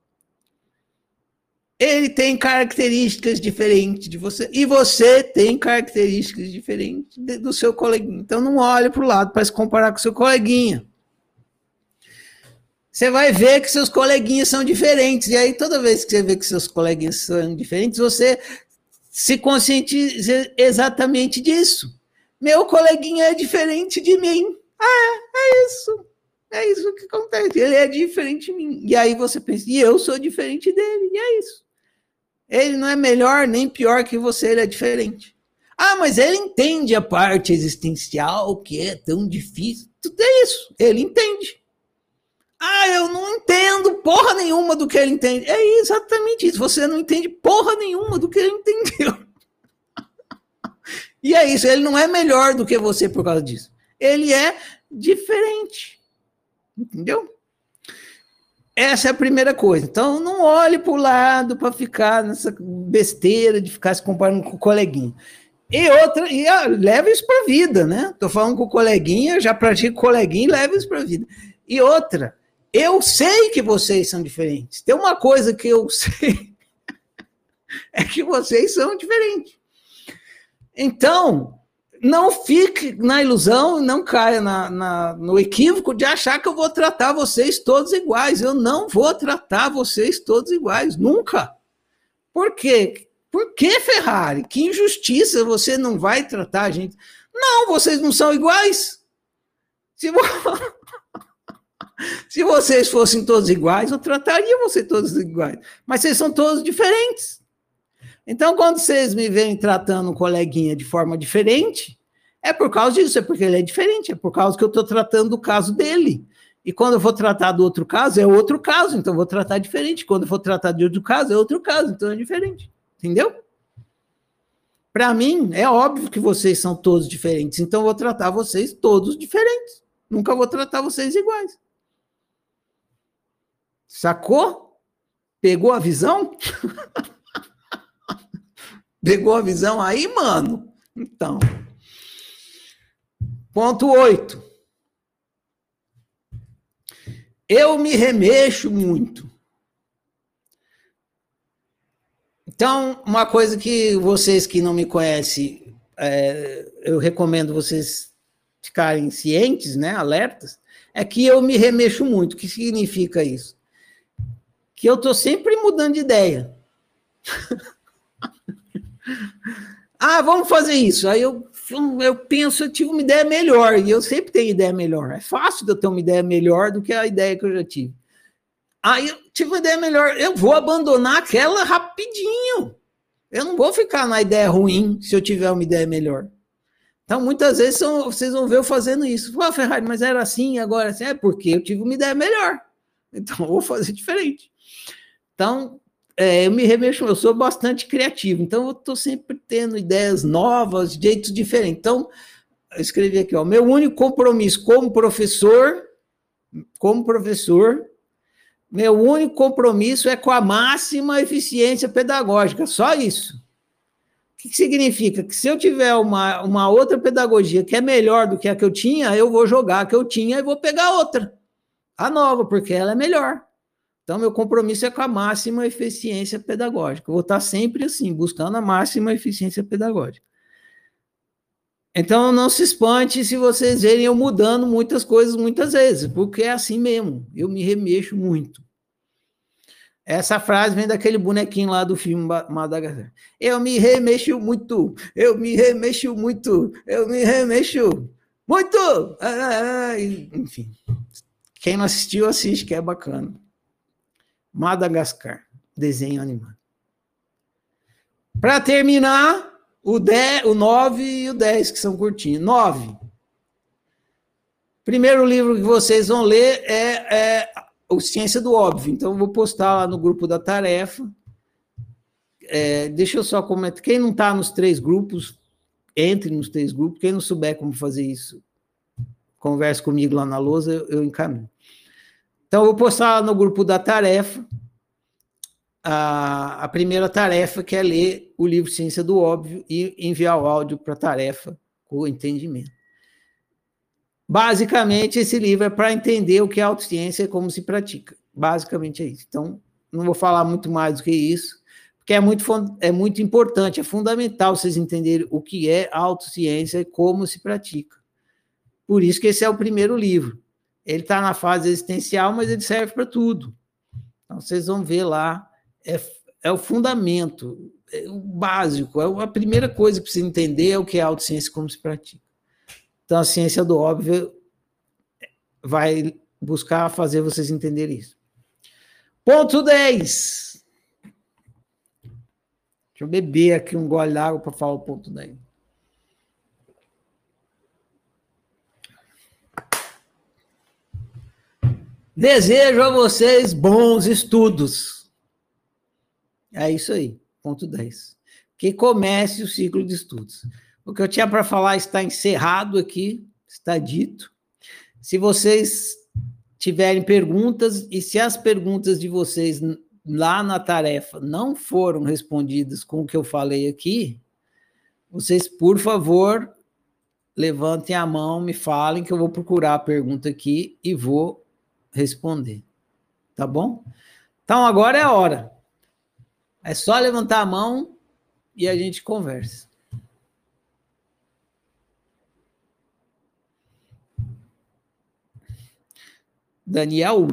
Ele tem características diferentes de você. E você tem características diferentes do seu coleguinha. Então não olhe para o lado para se comparar com o seu coleguinha. Você vai ver que seus coleguinhas são diferentes. E aí toda vez que você vê que seus coleguinhas são diferentes, você se conscientiza exatamente disso. Meu coleguinha é diferente de mim. É isso. É isso que acontece. Ele é diferente de mim. E aí você pensa, e eu sou diferente dele. E é isso. Ele não é melhor nem pior que você, ele é diferente. Mas ele entende a parte existencial, que é tão difícil. Tudo é isso. Ele entende. Eu não entendo porra nenhuma do que ele entende. É exatamente isso. Você não entende porra nenhuma do que ele entendeu. E é isso. Ele não é melhor do que você por causa disso. Ele é diferente. Entendeu? Essa é a primeira coisa. Então, não olhe para o lado para ficar nessa besteira de ficar se comparando com o coleguinha. E outra, leva isso para a vida, né? Estou falando com o coleguinha, já pratico coleguinha e leva isso para a vida. E outra, eu sei que vocês são diferentes. Tem uma coisa que eu sei, é que vocês são diferentes. Então, não fique na ilusão, não caia no equívoco de achar que eu vou tratar vocês todos iguais. Eu não vou tratar vocês todos iguais, nunca. Por quê? Por que, Ferrari? Que injustiça, você não vai tratar a gente? Não, vocês não são iguais. Se vocês fossem todos iguais, eu trataria vocês todos iguais. Mas vocês são todos diferentes. Então, quando vocês me veem tratando um coleguinha de forma diferente, é por causa disso, é porque ele é diferente, é por causa que eu estou tratando do caso dele. E quando eu vou tratar do outro caso, é outro caso, então eu vou tratar diferente. Quando eu for tratar de outro caso, é outro caso, então é diferente. Entendeu? Para mim, é óbvio que vocês são todos diferentes, então eu vou tratar vocês todos diferentes. Nunca vou tratar vocês iguais. Sacou? Pegou a visão? Pegou a visão aí, mano? Então. Ponto 8. Eu me remexo muito. Então, uma coisa que vocês que não me conhecem, eu recomendo vocês ficarem cientes, né, alertas, é que eu me remexo muito. O que significa isso? Que eu estou sempre mudando de ideia. Vamos fazer isso. Aí eu penso, eu tive uma ideia melhor, e eu sempre tenho ideia melhor. É fácil de eu ter uma ideia melhor do que a ideia que eu já tive. Aí eu tive uma ideia melhor, eu vou abandonar aquela rapidinho. Eu não vou ficar na ideia ruim se eu tiver uma ideia melhor. Então, muitas vezes vocês vão ver eu fazendo isso. Ferrari, mas era assim, agora assim. É porque eu tive uma ideia melhor. Então, eu vou fazer diferente. Então, eu me remexo, eu sou bastante criativo. Então, eu estou sempre tendo ideias novas, jeitos diferentes. Então, eu escrevi aqui, ó, meu único compromisso como professor, meu único compromisso é com a máxima eficiência pedagógica, só isso. O que significa? Que se eu tiver uma outra pedagogia que é melhor do que a que eu tinha, eu vou jogar a que eu tinha e vou pegar outra, a nova, porque ela é melhor. Então, meu compromisso é com a máxima eficiência pedagógica. Eu vou estar sempre assim, buscando a máxima eficiência pedagógica. Então, não se espante se vocês verem eu mudando muitas coisas muitas vezes, porque é assim mesmo, eu me remexo muito. Essa frase vem daquele bonequinho lá do filme Madagascar. Eu me remexo muito, eu me remexo muito, eu me remexo muito. Enfim, quem não assistiu, assiste, que é bacana. Madagascar, desenho animado. Para terminar, o 9 e o 10, que são curtinhos. 9. Primeiro livro que vocês vão ler é o Ciência do Óbvio. Então, eu vou postar lá no grupo da tarefa. Deixa eu só comentar. Quem não está nos 3 grupos, entre nos 3 grupos. Quem não souber como fazer isso, converse comigo lá na lousa, eu encaminho. Então, eu vou postar lá no grupo da tarefa a primeira tarefa, que é ler o livro Ciência do Óbvio e enviar o áudio para a tarefa com o entendimento. Basicamente, esse livro é para entender o que é autociência e como se pratica. Basicamente é isso. Então, não vou falar muito mais do que isso, porque é muito importante, é fundamental vocês entenderem o que é autociência e como se pratica. Por isso que esse é o primeiro livro. Ele está na fase existencial, mas ele serve para tudo. Então, vocês vão ver lá, é o fundamento, é o básico, a primeira coisa que precisa entender é o que é autociência e como se pratica. Então, a ciência do óbvio vai buscar fazer vocês entenderem isso. Ponto 10. Deixa eu beber aqui um gole d'água para falar o ponto 10. Desejo a vocês bons estudos. É isso aí, ponto 10. Que comece o ciclo de estudos. O que eu tinha para falar está encerrado aqui, está dito. Se vocês tiverem perguntas, e se as perguntas de vocês lá na tarefa não foram respondidas com o que eu falei aqui, vocês, por favor, levantem a mão, me falem, que eu vou procurar a pergunta aqui e vou responder. Tá bom? Então, agora é a hora. É só levantar a mão e a gente conversa. Daniel.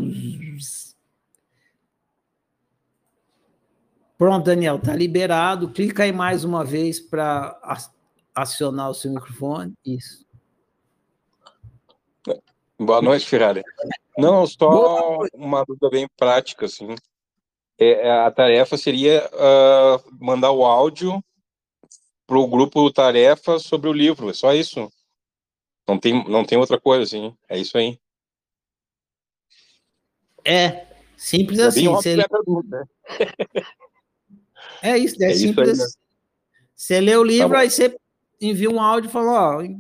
Pronto, Daniel, está liberado. Clica aí mais uma vez para acionar o seu microfone. Isso. Boa noite, Ferrari. Não, Boa só noite. uma dúvida bem prática, assim. A tarefa seria mandar o áudio para o grupo tarefa sobre o livro, é só isso. Não tem outra coisa, assim. É isso aí. Simples É bem assim. óbvio que é a pergunta, né? É isso, é É isso aí, simples né? assim. Você lê o Tá livro, bom. aí você envia um áudio e fala, ó,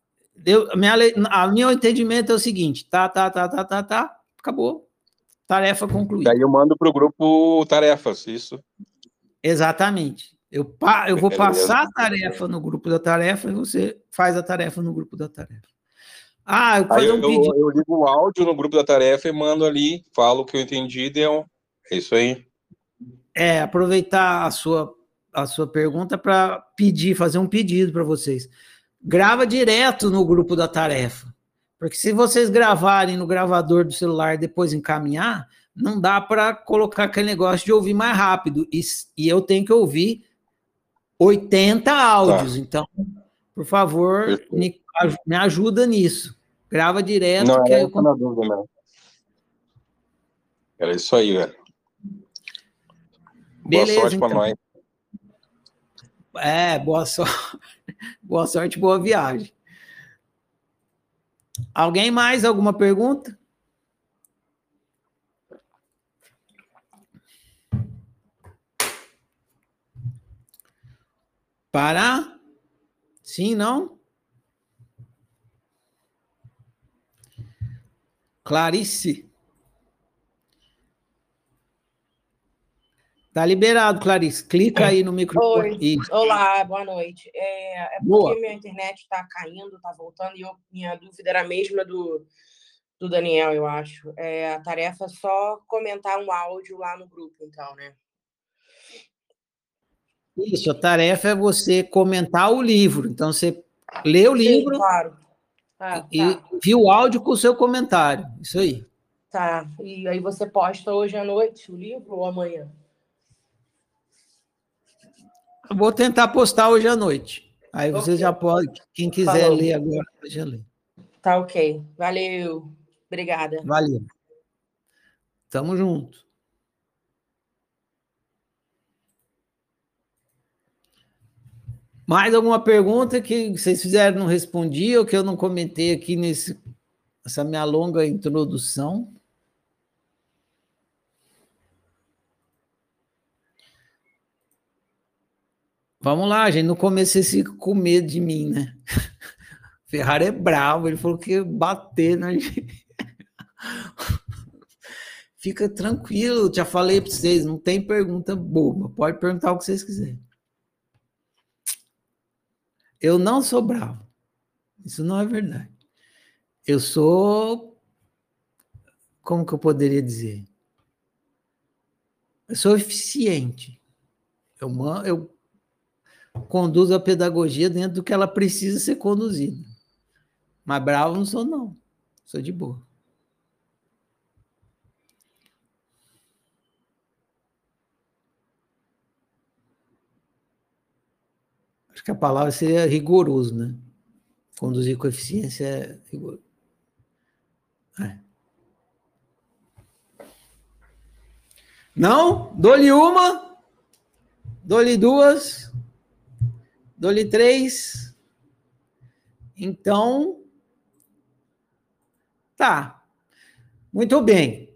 meu entendimento é o seguinte, tá, acabou. Tarefa concluída. Daí eu mando para o grupo tarefas, isso. Exatamente. Eu vou Beleza. passar a tarefa no grupo da tarefa e você faz a tarefa no grupo da tarefa. Ah, eu vou Aí fazer eu, um pedido. eu ligo o áudio no grupo da tarefa e mando ali, falo o que eu entendi e deu. É isso aí. Aproveitar a sua pergunta para pedir, fazer um pedido para vocês. Grava direto no grupo da tarefa. Porque se vocês gravarem no gravador do celular e depois encaminhar, não dá para colocar aquele negócio de ouvir mais rápido. E eu tenho que ouvir 80 Tá, áudios. Então, por favor, perfeito. me ajuda nisso. Grava Não, direto, que aí era eu. essa na dúvida mesmo. Era isso aí, velho. Boa Beleza, sorte pra então. nós. Boa sorte, boa sorte, boa viagem. Alguém mais? Alguma pergunta? Para? Sim, não? Clarice. Tá liberado, Clarice. Clica aí no microfone. Oi, Isso. olá, boa noite. É porque Boa. minha internet está caindo, está voltando, e minha dúvida era a mesma do Daniel, eu acho. A tarefa é só comentar um áudio lá no grupo, então, né? Isso, a tarefa é você comentar o livro. Então, você lê o Sim, livro claro. e viu o áudio com o seu comentário. Isso aí. Tá. E aí você posta hoje à noite o livro ou amanhã? Eu vou tentar postar hoje à noite. Aí você já Ok, pode, quem quiser falou. ler agora, já lê. Tá ok. Valeu. Obrigada. Valeu. Tamo junto. Mais alguma pergunta que vocês fizeram não respondi ou que eu não comentei aqui nessa minha longa introdução? Vamos lá, gente. No começo vocês ficam com medo de mim, né? Ferrari é bravo, ele falou que ia bater na gente. Fica tranquilo, já falei para vocês, não tem pergunta boba, pode perguntar o que vocês quiserem. Eu não sou bravo, isso não é verdade. Eu sou, como que eu poderia dizer? Eu sou eficiente. Eu conduzo a pedagogia dentro do que ela precisa ser conduzida. Mas bravo não sou, não. Sou de boa. Acho que a palavra seria rigoroso, né? Conduzir com eficiência é rigoroso. Não? Dou-lhe uma, dou-lhe duas, dou-lhe três. Então, tá. Muito bem.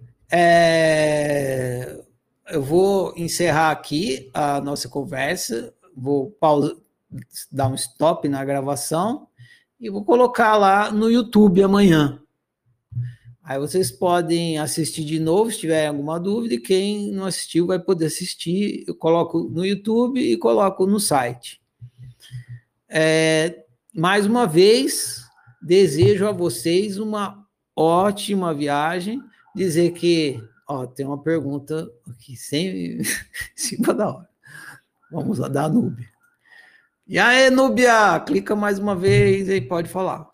Eu vou encerrar aqui a nossa conversa, vou dar um stop na gravação e vou colocar lá no YouTube amanhã. Aí vocês podem assistir de novo se tiverem alguma dúvida, e quem não assistiu vai poder assistir. Eu coloco no YouTube e coloco no site. Mais uma vez, desejo a vocês uma ótima viagem. Dizer que, tem uma pergunta aqui, sem, em cima da hora. Vamos lá, da Núbia. E aí, Núbia, clica mais uma vez e pode falar.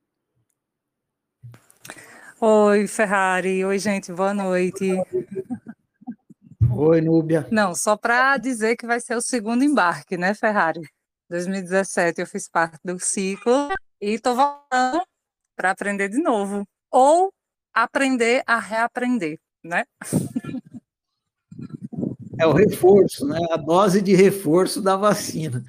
Oi, Ferrari. Oi, gente, boa noite. Oi, Núbia. Não, só para dizer que vai ser o segundo embarque, né, Ferrari? 2017 eu fiz parte do ciclo e estou voltando para aprender de novo. Ou aprender a reaprender, né? É o reforço, né? A dose de reforço da vacina.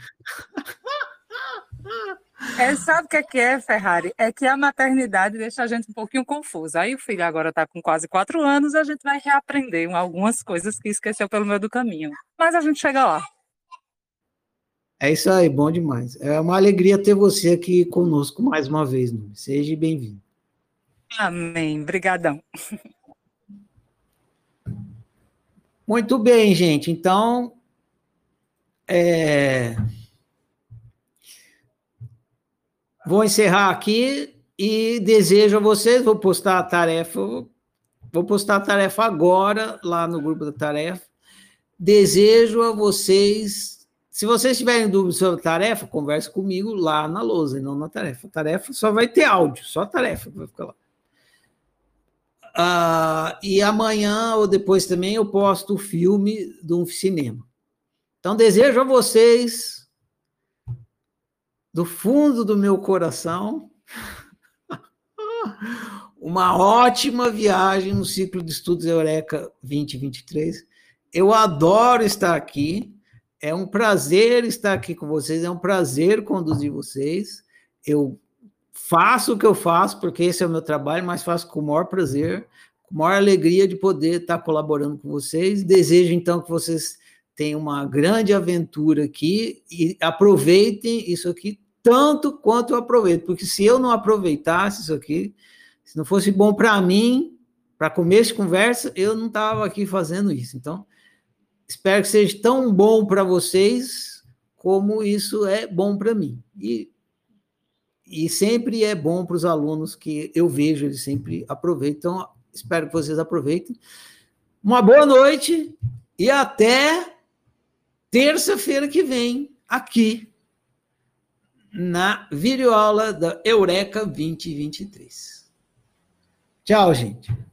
Sabe o que é, Ferrari? É que a maternidade deixa a gente um pouquinho confusa. Aí o filho agora está com quase 4 anos, a gente vai reaprender algumas coisas que esqueceu pelo meio do caminho. Mas a gente chega lá. É isso aí, bom demais. É uma alegria ter você aqui conosco mais uma vez, Numi. Seja bem-vindo. Amém. Brigadão. Muito bem, gente. Então, vou encerrar aqui e desejo a vocês, vou postar a tarefa agora lá no grupo da tarefa. Desejo a vocês, se vocês tiverem dúvidas sobre a tarefa, converse comigo lá na lousa, e não na tarefa. A tarefa só vai ter áudio, só a tarefa vai ficar lá. E amanhã ou depois também eu posto o filme de um cinema. Então, desejo a vocês, do fundo do meu coração, uma ótima viagem no ciclo de estudos Eureka 2023. Eu adoro estar aqui, é um prazer estar aqui com vocês, é um prazer conduzir vocês. Eu faço o que eu faço, porque esse é o meu trabalho, mas faço com o maior prazer, com a maior alegria de poder estar colaborando com vocês. Desejo, então, que vocês tenham uma grande aventura aqui e aproveitem isso aqui tanto quanto eu aproveito, porque se eu não aproveitasse isso aqui, se não fosse bom para mim, para começo de conversa, eu não estava aqui fazendo isso. Então, espero que seja tão bom para vocês como isso é bom para mim. E sempre é bom para os alunos que eu vejo, eles sempre aproveitam. Então, espero que vocês aproveitem. Uma boa noite e até terça-feira que vem, aqui, na videoaula da Eureka 2023. Tchau, gente.